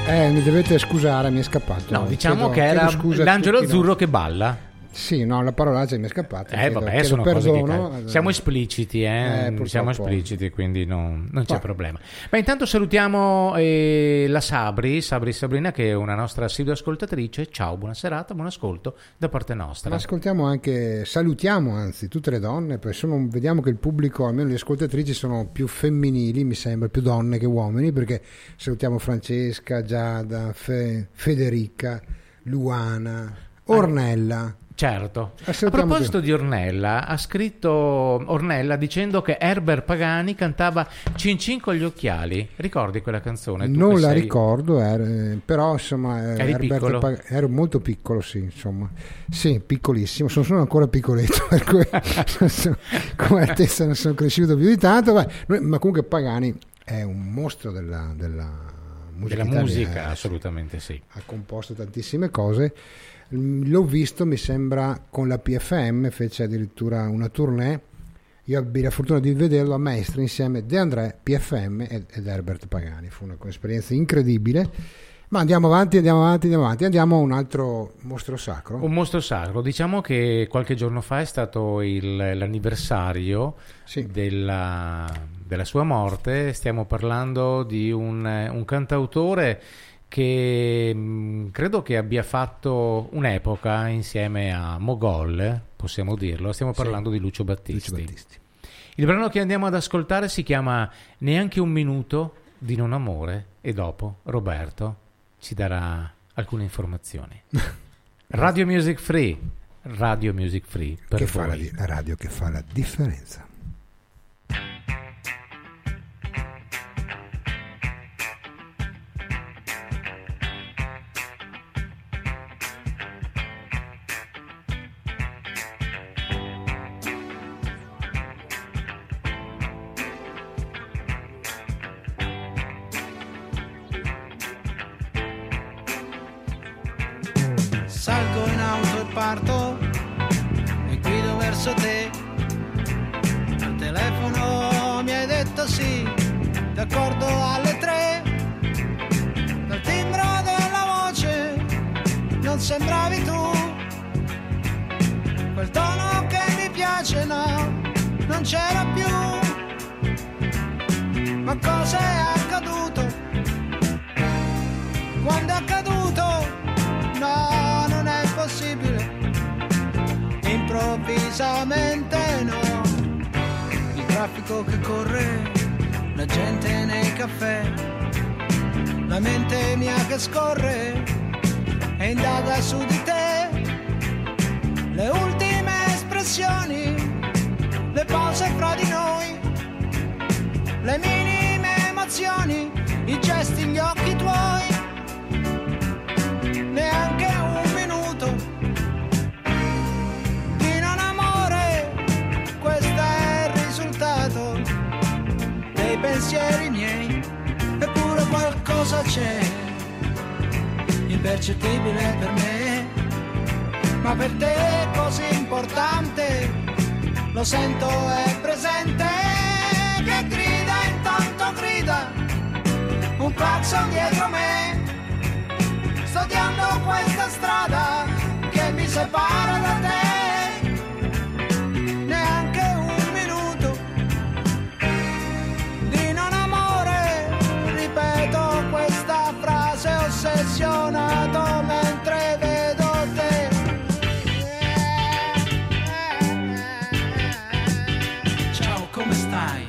Mi dovete scusare, mi è scappato. No, diciamo che era l'angelo azzurro che balla. Sì, no, la parolaccia mi è scappata. Vabbè, sono perdono. cose che siamo espliciti, siamo espliciti, quindi non c'è problema. Beh, intanto salutiamo la Sabrina, che è una nostra assidua ascoltatrice. Ciao, buona serata, buon ascolto da parte nostra. Salutiamo anzi tutte le donne, perché vediamo che il pubblico, almeno le ascoltatrici, sono più femminili, mi sembra, più donne che uomini, perché salutiamo Francesca, Giada, Federica, Luana, Ornella. Certo, a proposito di Ornella, ha scritto Ornella dicendo che Herbert Pagani cantava Cin Cin con gli occhiali. Ricordi quella canzone? Non la ricordo, però insomma ero molto piccolo, sì, insomma, sì, piccolissimo, sono ancora piccoletto, per cui come altezza non sono cresciuto più di tanto, ma comunque Pagani è un mostro della musica, assolutamente sì. Ha composto tantissime cose. L'ho visto, mi sembra, con la PFM, fece addirittura una tournée. Io ebbi la fortuna di vederlo a Mestre insieme De André, PFM ed Herbert Pagani. Fu un'esperienza incredibile. Ma andiamo avanti. Andiamo a un altro mostro sacro. Un mostro sacro. Diciamo che qualche giorno fa è stato l'anniversario della sua morte. Stiamo parlando di un cantautore che credo che abbia fatto un'epoca insieme a Mogol, possiamo dirlo. Stiamo parlando di Lucio Battisti. Il brano che andiamo ad ascoltare si chiama Neanche un minuto di non amore, e dopo Roberto ci darà alcune informazioni. Radio Music Free per voi. La radio che fa la differenza. Salgo in auto e parto e guido verso te. Al telefono mi hai detto sì, d'accordo alle 3. Dal timbro della voce non sembravi tu, quel tono che mi piace no, non c'era più. Ma cosa è accaduto? Quando è accaduto? No, non è possibile, improvvisamente no. Il traffico che corre, la gente nei caffè, la mente mia che scorre e indaga su di te. Le ultime espressioni, le pause fra di noi, le minime emozioni, i gesti, gli occhi tuoi. Neanche un minuto di non amore, questo è il risultato dei pensieri miei. Eppure qualcosa c'è, impercettibile per me, ma per te è così importante. Lo sento, è presente, che grida, intanto grida un clacson dietro me. Sto odiando questa strada che mi separa da te. Neanche un minuto di non amore, ripeto questa frase ossessionato mentre vedo te. Ciao, come stai?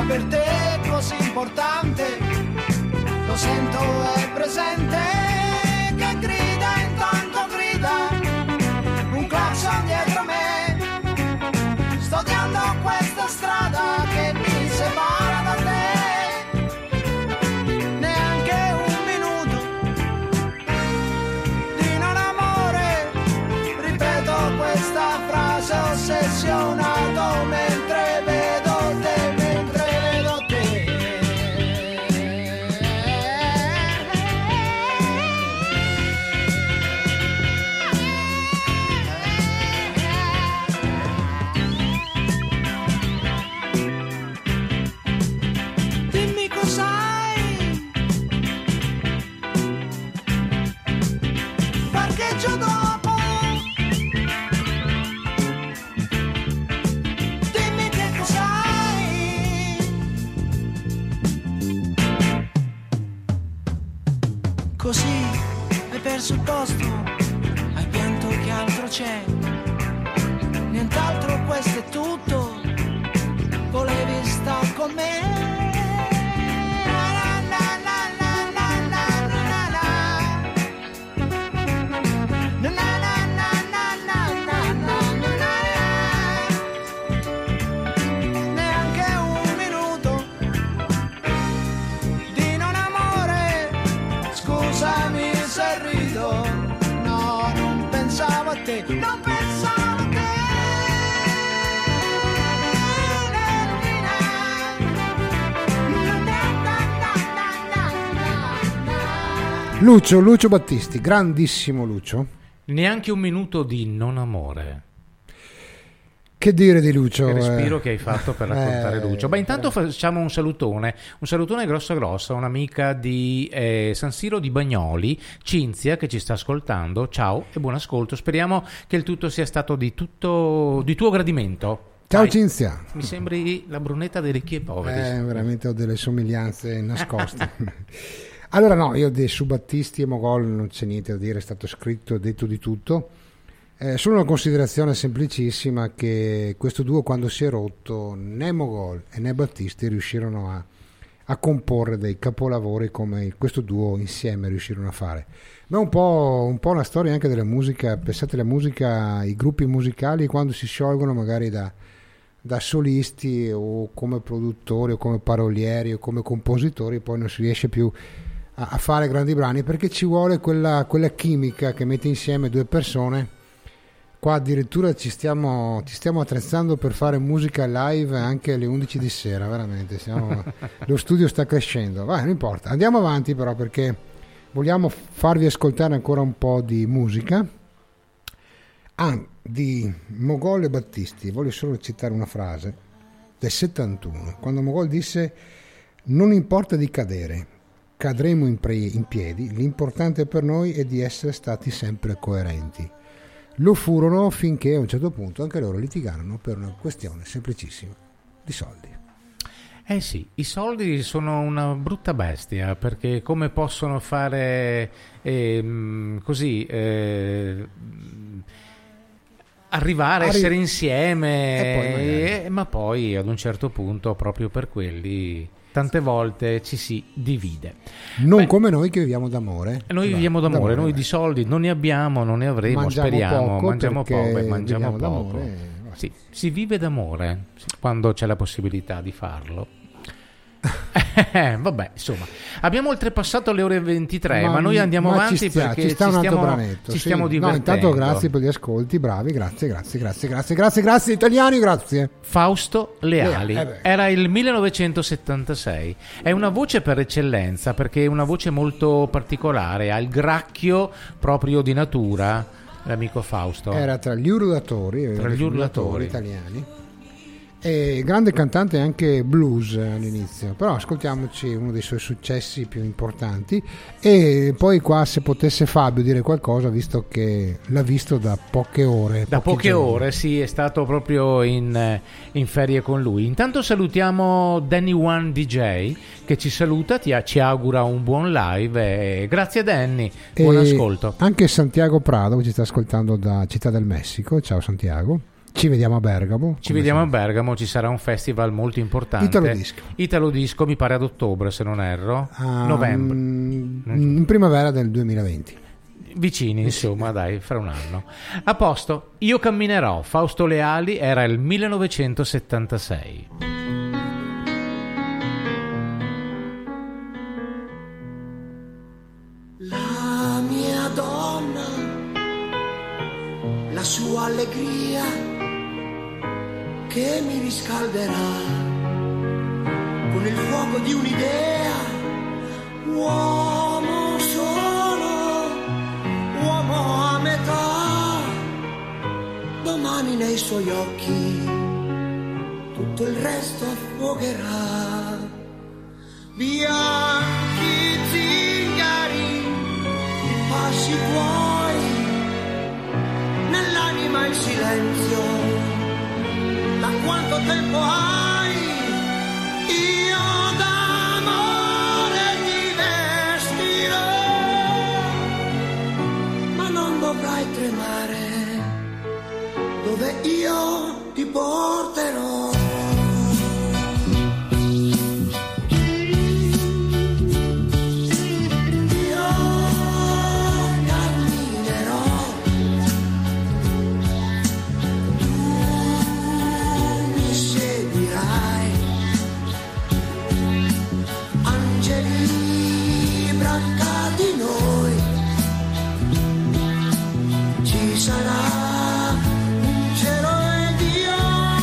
per te è così importante, lo sento è presente, che grida intanto grida, un clacson dietro me, sto odiando questa strada che mi separa da te. Ossessionato mentre vedo te, mentre vedo te. Dimmi cos'hai, parcheggio dopo. Così hai perso il posto, hai pianto, che altro c'è? Nient'altro, questo è tutto, volevi star con me. Non pensavo a te. Lucio Battisti, grandissimo Lucio. Neanche un minuto di non amore. Che dire di Lucio? Che respiro che hai fatto per raccontare Lucio. Beh, intanto facciamo un salutone grosso, un'amica di San Siro di Bagnoli, Cinzia, che ci sta ascoltando. Ciao e buon ascolto. Speriamo che il tutto sia stato di tuo gradimento. Ciao. Dai, Cinzia. Mi sembri la Brunetta dei ricchi e poveri. Veramente ho delle somiglianze nascoste. Allora no, io su Battisti e Mogol non c'è niente da dire, è stato scritto e detto di tutto. Solo una considerazione semplicissima, che questo duo, quando si è rotto, né Mogol né Battisti riuscirono a comporre dei capolavori come questo duo insieme riuscirono a fare. Ma un po' una storia anche della musica. Pensate, la musica, i gruppi musicali quando si sciolgono magari da solisti o come produttori o come parolieri o come compositori, poi non si riesce più a fare grandi brani, perché ci vuole quella chimica che mette insieme due persone. Qua addirittura ci stiamo attrezzando per fare musica live anche alle 11 di sera, veramente lo studio sta crescendo. Non importa, andiamo avanti però, perché vogliamo farvi ascoltare ancora un po' di musica di Mogol e Battisti. Voglio solo citare una frase del 71, quando Mogol disse: non importa di cadere, cadremo in piedi, l'importante per noi è di essere stati sempre coerenti. Lo furono finché a un certo punto anche loro litigarono per una questione semplicissima di soldi. Sì, i soldi sono una brutta bestia, perché come possono fare arrivare a essere insieme, ma poi ad un certo punto proprio per quelli tante volte ci si divide. Come noi che viviamo d'amore. Noi viviamo d'amore, noi di soldi non ne abbiamo, non ne avremo, mangiamo poco. Sì, si vive d'amore quando c'è la possibilità di farlo. Vabbè, insomma, abbiamo oltrepassato le ore 23, ma noi andiamo avanti perché ci stiamo divertendo. Intanto grazie per gli ascolti, bravi, grazie italiani, grazie. Fausto Leali, era il 1976, è una voce per eccellenza, perché è una voce molto particolare, ha il gracchio proprio di natura, l'amico Fausto. Era tra gli urlatori italiani. E grande cantante anche blues all'inizio, però ascoltiamoci uno dei suoi successi più importanti, e poi qua, se potesse Fabio dire qualcosa, visto che l'ha visto da poche ore. Da poche ore, sì, è stato proprio in ferie con lui. Intanto salutiamo Danny One DJ che ci saluta, ci augura un buon live, e grazie Danny, buon ascolto. Anche Santiago Prado, che ci sta ascoltando da Città del Messico. Ciao Santiago. Ci vediamo a Bergamo. Ci vediamo a Bergamo, ci sarà un festival molto importante. Italo Disco, mi pare ad ottobre, se non erro. Novembre. In primavera del 2020. Vicini, insomma, dai, fra un anno. A posto, Io camminerò, Fausto Leali, era il 1976. La mia donna, la sua allegria che mi riscalderà con il fuoco di un'idea, uomo solo, uomo a metà, domani nei suoi occhi tutto il resto affogherà. Bianchi zingari, i passi tuoi, nell'anima il silenzio, da quanto tempo hai, io d'amore ti vestirò, ma non dovrai tremare, dove io ti porterò. Sarà un cielo ed io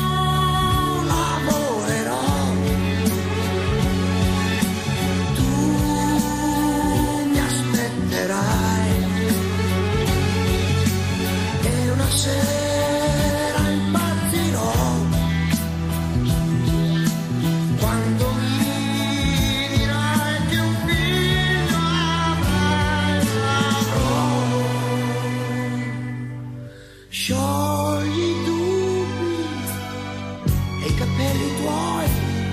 lavorerò. Tu mi aspetterai e una sera impazzirò quando mi dirai che un figlio avrai. Sciogli i dubbi e i capelli tuoi,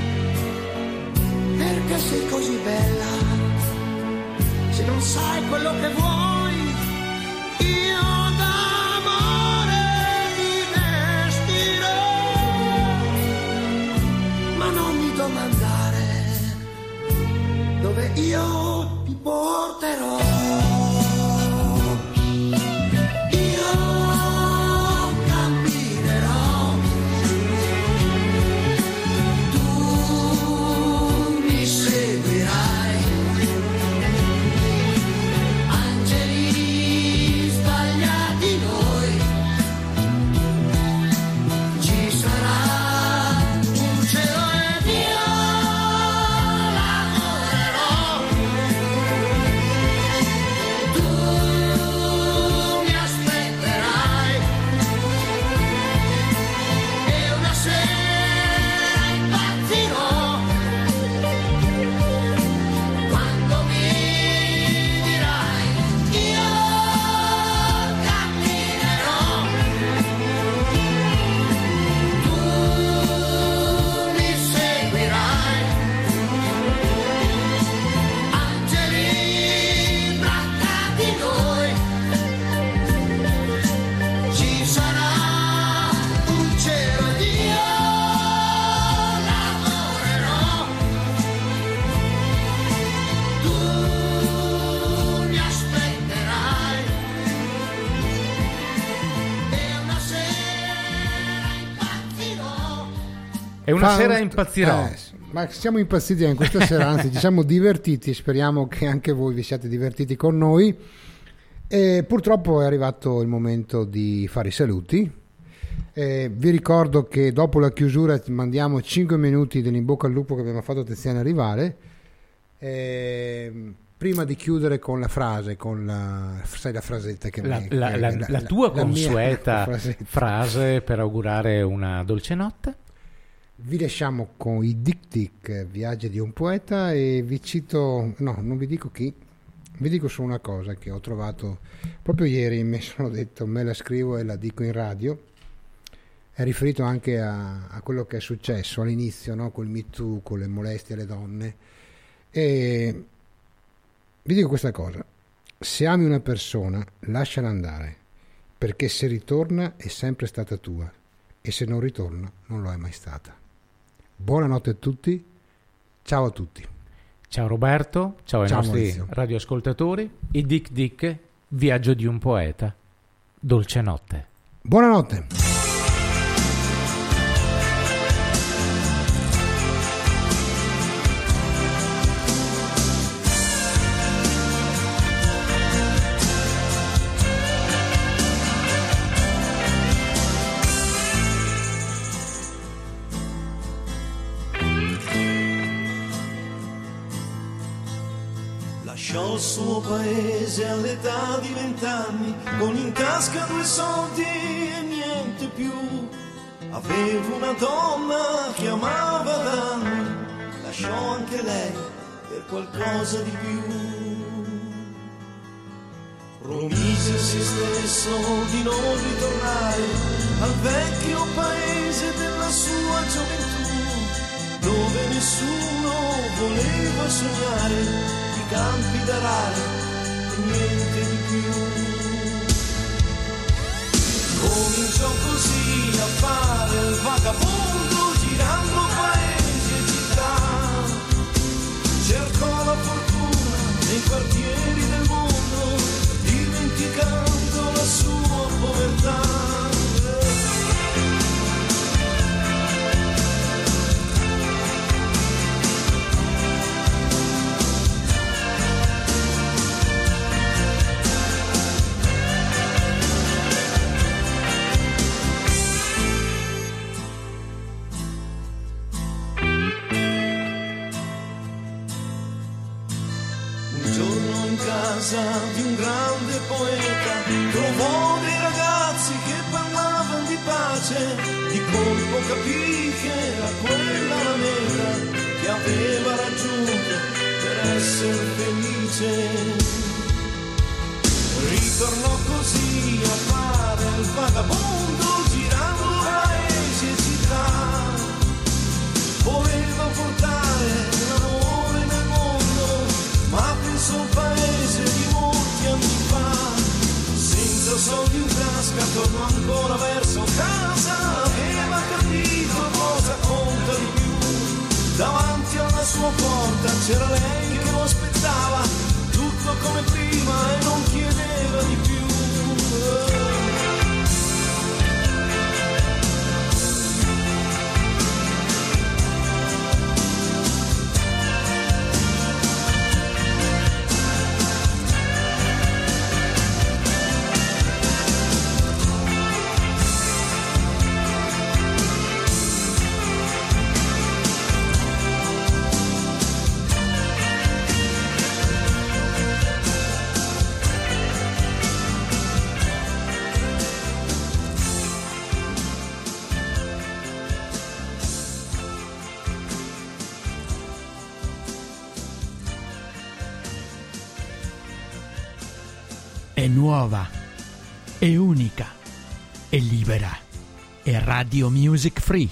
perché sei così bella, se non sai quello che vuoi, io d'amore ti vestirò, ma non mi domandare dove io ti porterò. E una sera impazzirò. Ma siamo impazziti anche questa sera, anzi ci siamo divertiti, speriamo che anche voi vi siate divertiti con noi. E purtroppo è arrivato il momento di fare i saluti. Vi ricordo che dopo la chiusura mandiamo 5 minuti dell'in bocca al lupo che abbiamo fatto a Tiziana Rivale. Prima di chiudere con la frase, sai la frasetta che la tua consueta frase per augurare una dolce notte. Vi lasciamo con i Dic Dic, Viaggi di un poeta, e vi cito, no, non vi dico chi, vi dico solo una cosa che ho trovato proprio ieri, mi sono detto, me la scrivo e la dico in radio. È riferito anche a quello che è successo all'inizio, no? Col Me Too, con le molestie alle donne. E vi dico questa cosa: se ami una persona, lasciala andare, perché se ritorna è sempre stata tua. e se non ritorna non lo è mai stata. Buonanotte a tutti, ciao a tutti. Ciao Roberto, ciao ai nostri Maurizio. radioascoltatori. I Dick Dick, viaggio di un poeta, dolce notte. Buonanotte. Lasciò il suo paese all'età di 20 anni, con in tasca 2 soldi e niente più. Aveva una donna che amava da anni, lasciò anche lei per qualcosa di più. Promise a se stesso di non ritornare al vecchio paese della sua gioventù, dove nessuno voleva sognare campi d'arare e niente di più. Cominciò così a fare il vagabondo, girando paesi e città. Cercò la fortuna nei quartieri del mondo, dimenticando la sua povertà. Di un grande poeta trovò dei ragazzi che parlavano di pace, di colpo capì che era quella la meta che aveva raggiunto per essere felice. Ritornò così a fare il vagabondo, girando paesi e città. Voleva portare l'amore nel mondo, ma pensò al paese di molti anni fa. Senza soldi in tasca tornò ancora verso casa, aveva capito cosa conta di più. Davanti alla sua porta c'era lei che lo aspettava, tutto come prima e non chiedeva di più. È nuova, è unica, è libera, è Radio Music Free.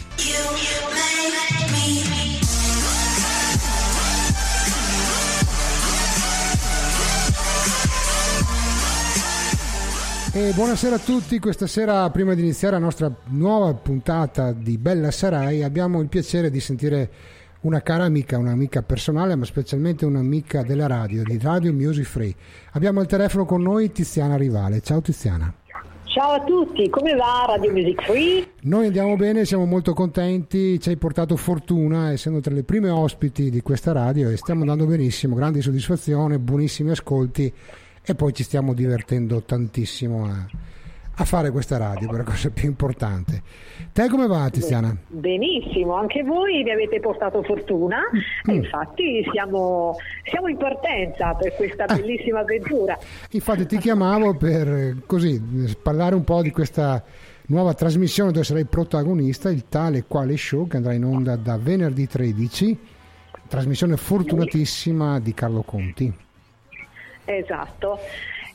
E buonasera a tutti, questa sera prima di iniziare la nostra nuova puntata di Bella Sarai abbiamo il piacere di sentire una cara amica, un'amica personale ma specialmente un'amica della radio, di Radio Music Free. Abbiamo al telefono con noi Tiziana Rivale. Ciao Tiziana. Ciao a tutti, come va Radio Music Free? Noi andiamo bene, siamo molto contenti, ci hai portato fortuna essendo tra le prime ospiti di questa radio e stiamo andando benissimo, grande soddisfazione, buonissimi ascolti e poi ci stiamo divertendo tantissimo a fare questa radio, per la cosa più importante. Te come va Tiziana? Benissimo, anche voi mi avete portato fortuna e infatti siamo in partenza per questa bellissima avventura. Infatti ti chiamavo per così parlare un po' di questa nuova trasmissione dove sarai protagonista, il Tale Quale Show, che andrà in onda da venerdì 13, trasmissione fortunatissima di Carlo Conti. Esatto.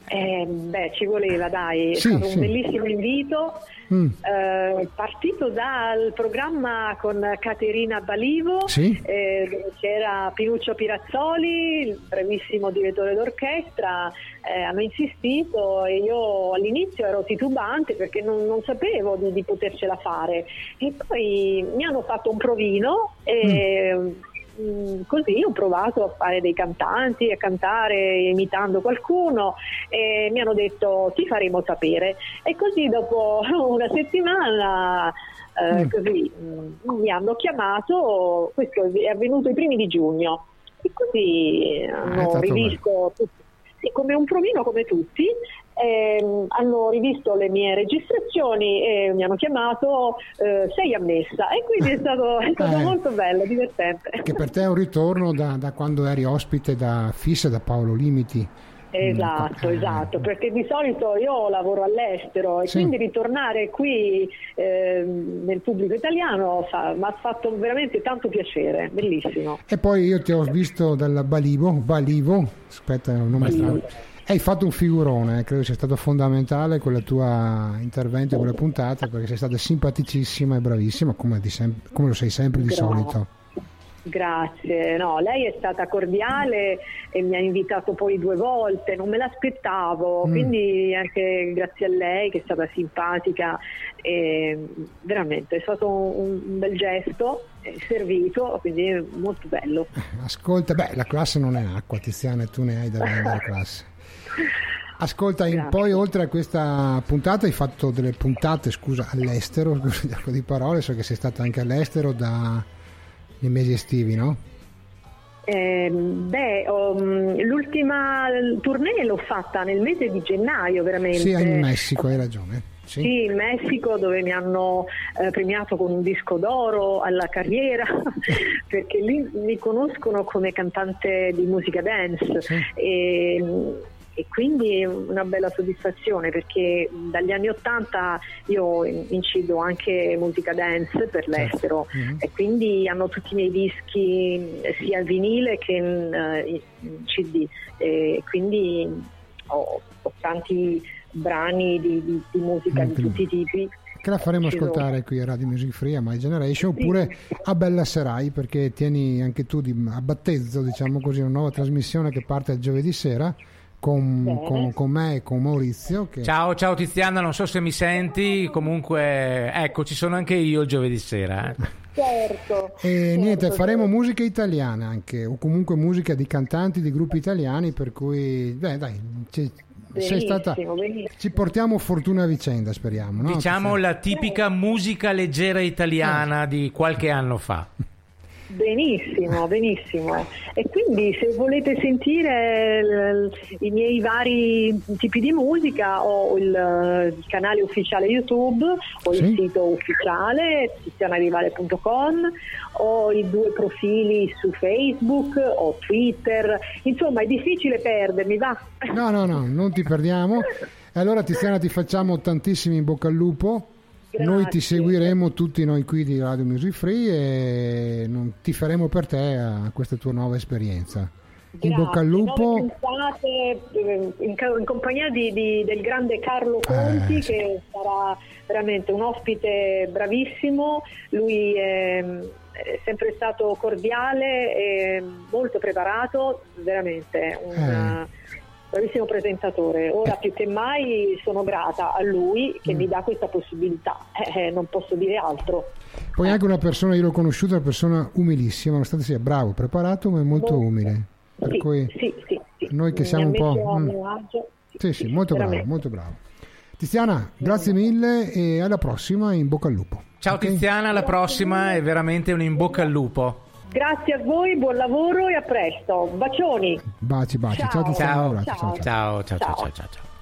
Ci voleva, dai, è stato un bellissimo invito. Partito dal programma con Caterina Balivo, dove c'era Pinuccio Pirazzoli, il bravissimo direttore d'orchestra. Hanno insistito e io all'inizio ero titubante perché non sapevo di potercela fare, e poi mi hanno fatto un provino e così ho provato a fare dei cantanti, a cantare imitando qualcuno, e mi hanno detto ti faremo sapere, e così dopo una settimana così mi hanno chiamato. Questo è avvenuto i primi di giugno, e così hanno rivisto come un provino come tutti, hanno rivisto le mie registrazioni e mi hanno chiamato sei ammessa, e quindi è stato molto bello, divertente. Che per te è un ritorno da quando eri ospite fissa da Paolo Limiti. Esatto, perché di solito io lavoro all'estero e quindi ritornare qui nel pubblico italiano mi ha fatto veramente tanto piacere, bellissimo. E poi io ti ho visto dalla Balivo, aspetta, è un nome strano. Hai fatto un figurone, credo sia stato fondamentale quel tuo intervento in quella puntata, perché sei stata simpaticissima e bravissima, come lo sei sempre di solito. Grazie, no, lei è stata cordiale e mi ha invitato poi 2 volte, non me l'aspettavo, quindi anche grazie a lei, che è stata simpatica, e veramente è stato un bel gesto, è servito, quindi è molto bello. Ascolta, la classe non è acqua, Tiziana, e tu ne hai da vendere classe. Ascolta, poi oltre a questa puntata hai fatto delle puntate, all'estero, gioco di parole, so che sei stata anche all'estero nei mesi estivi, no? L'ultima tournée l'ho fatta nel mese di gennaio, veramente. Sì, in Messico, hai ragione. Sì, in Messico, dove mi hanno premiato con un disco d'oro alla carriera perché lì mi conoscono come cantante di musica dance, e quindi è una bella soddisfazione, perché dagli anni *80 io incido anche musica dance per l'estero, e quindi hanno tutti i miei dischi sia in vinile che in CD, e quindi ho tanti brani di musica di tutti i tipi che la faremo ascoltare qui a Radio Music Free, a My Generation, oppure a Bella Serai, perché tieni anche tu a battezzo, diciamo così, una nuova trasmissione che parte il giovedì sera con me e con Maurizio. Ciao Tiziana, non so se mi senti, comunque ecco, ci sono anche io il giovedì sera. Certo. E niente, faremo musica italiana anche, o comunque musica di cantanti di gruppi italiani, per cui sei stata, ci portiamo fortuna a vicenda, speriamo, no? Diciamo la tipica musica leggera italiana di qualche anno fa. Benissimo. E quindi se volete sentire i miei vari tipi di musica, ho il canale ufficiale YouTube, ho il sito ufficiale tizianarivale.com, ho i 2 profili su Facebook, ho Twitter, insomma è difficile perdermi, va? No, non ti perdiamo. Allora Tiziana, ti facciamo tantissimi in bocca al lupo. Grazie. Noi ti seguiremo, tutti noi qui di Radio Music Free, e ti faremo per te a questa tua nuova esperienza. Grazie. In bocca al lupo. In compagnia del grande Carlo Conti, che sarà veramente un ospite bravissimo. Lui è sempre stato cordiale e molto preparato, veramente un bravissimo presentatore. Ora più che mai sono grata a lui che mi dà questa possibilità, non posso dire altro. Poi anche una persona, io l'ho conosciuta, una persona umilissima, nonostante sia bravo, preparato, ma è molto umile. Per cui noi che siamo un po'... Sì, molto bravo. Tiziana, grazie mille e alla prossima, in bocca al lupo. Ciao Tiziana, alla prossima, è veramente un in bocca al lupo. Grazie a voi, buon lavoro e a presto. Bacioni. Baci. Ciao Tiziana. Ciao.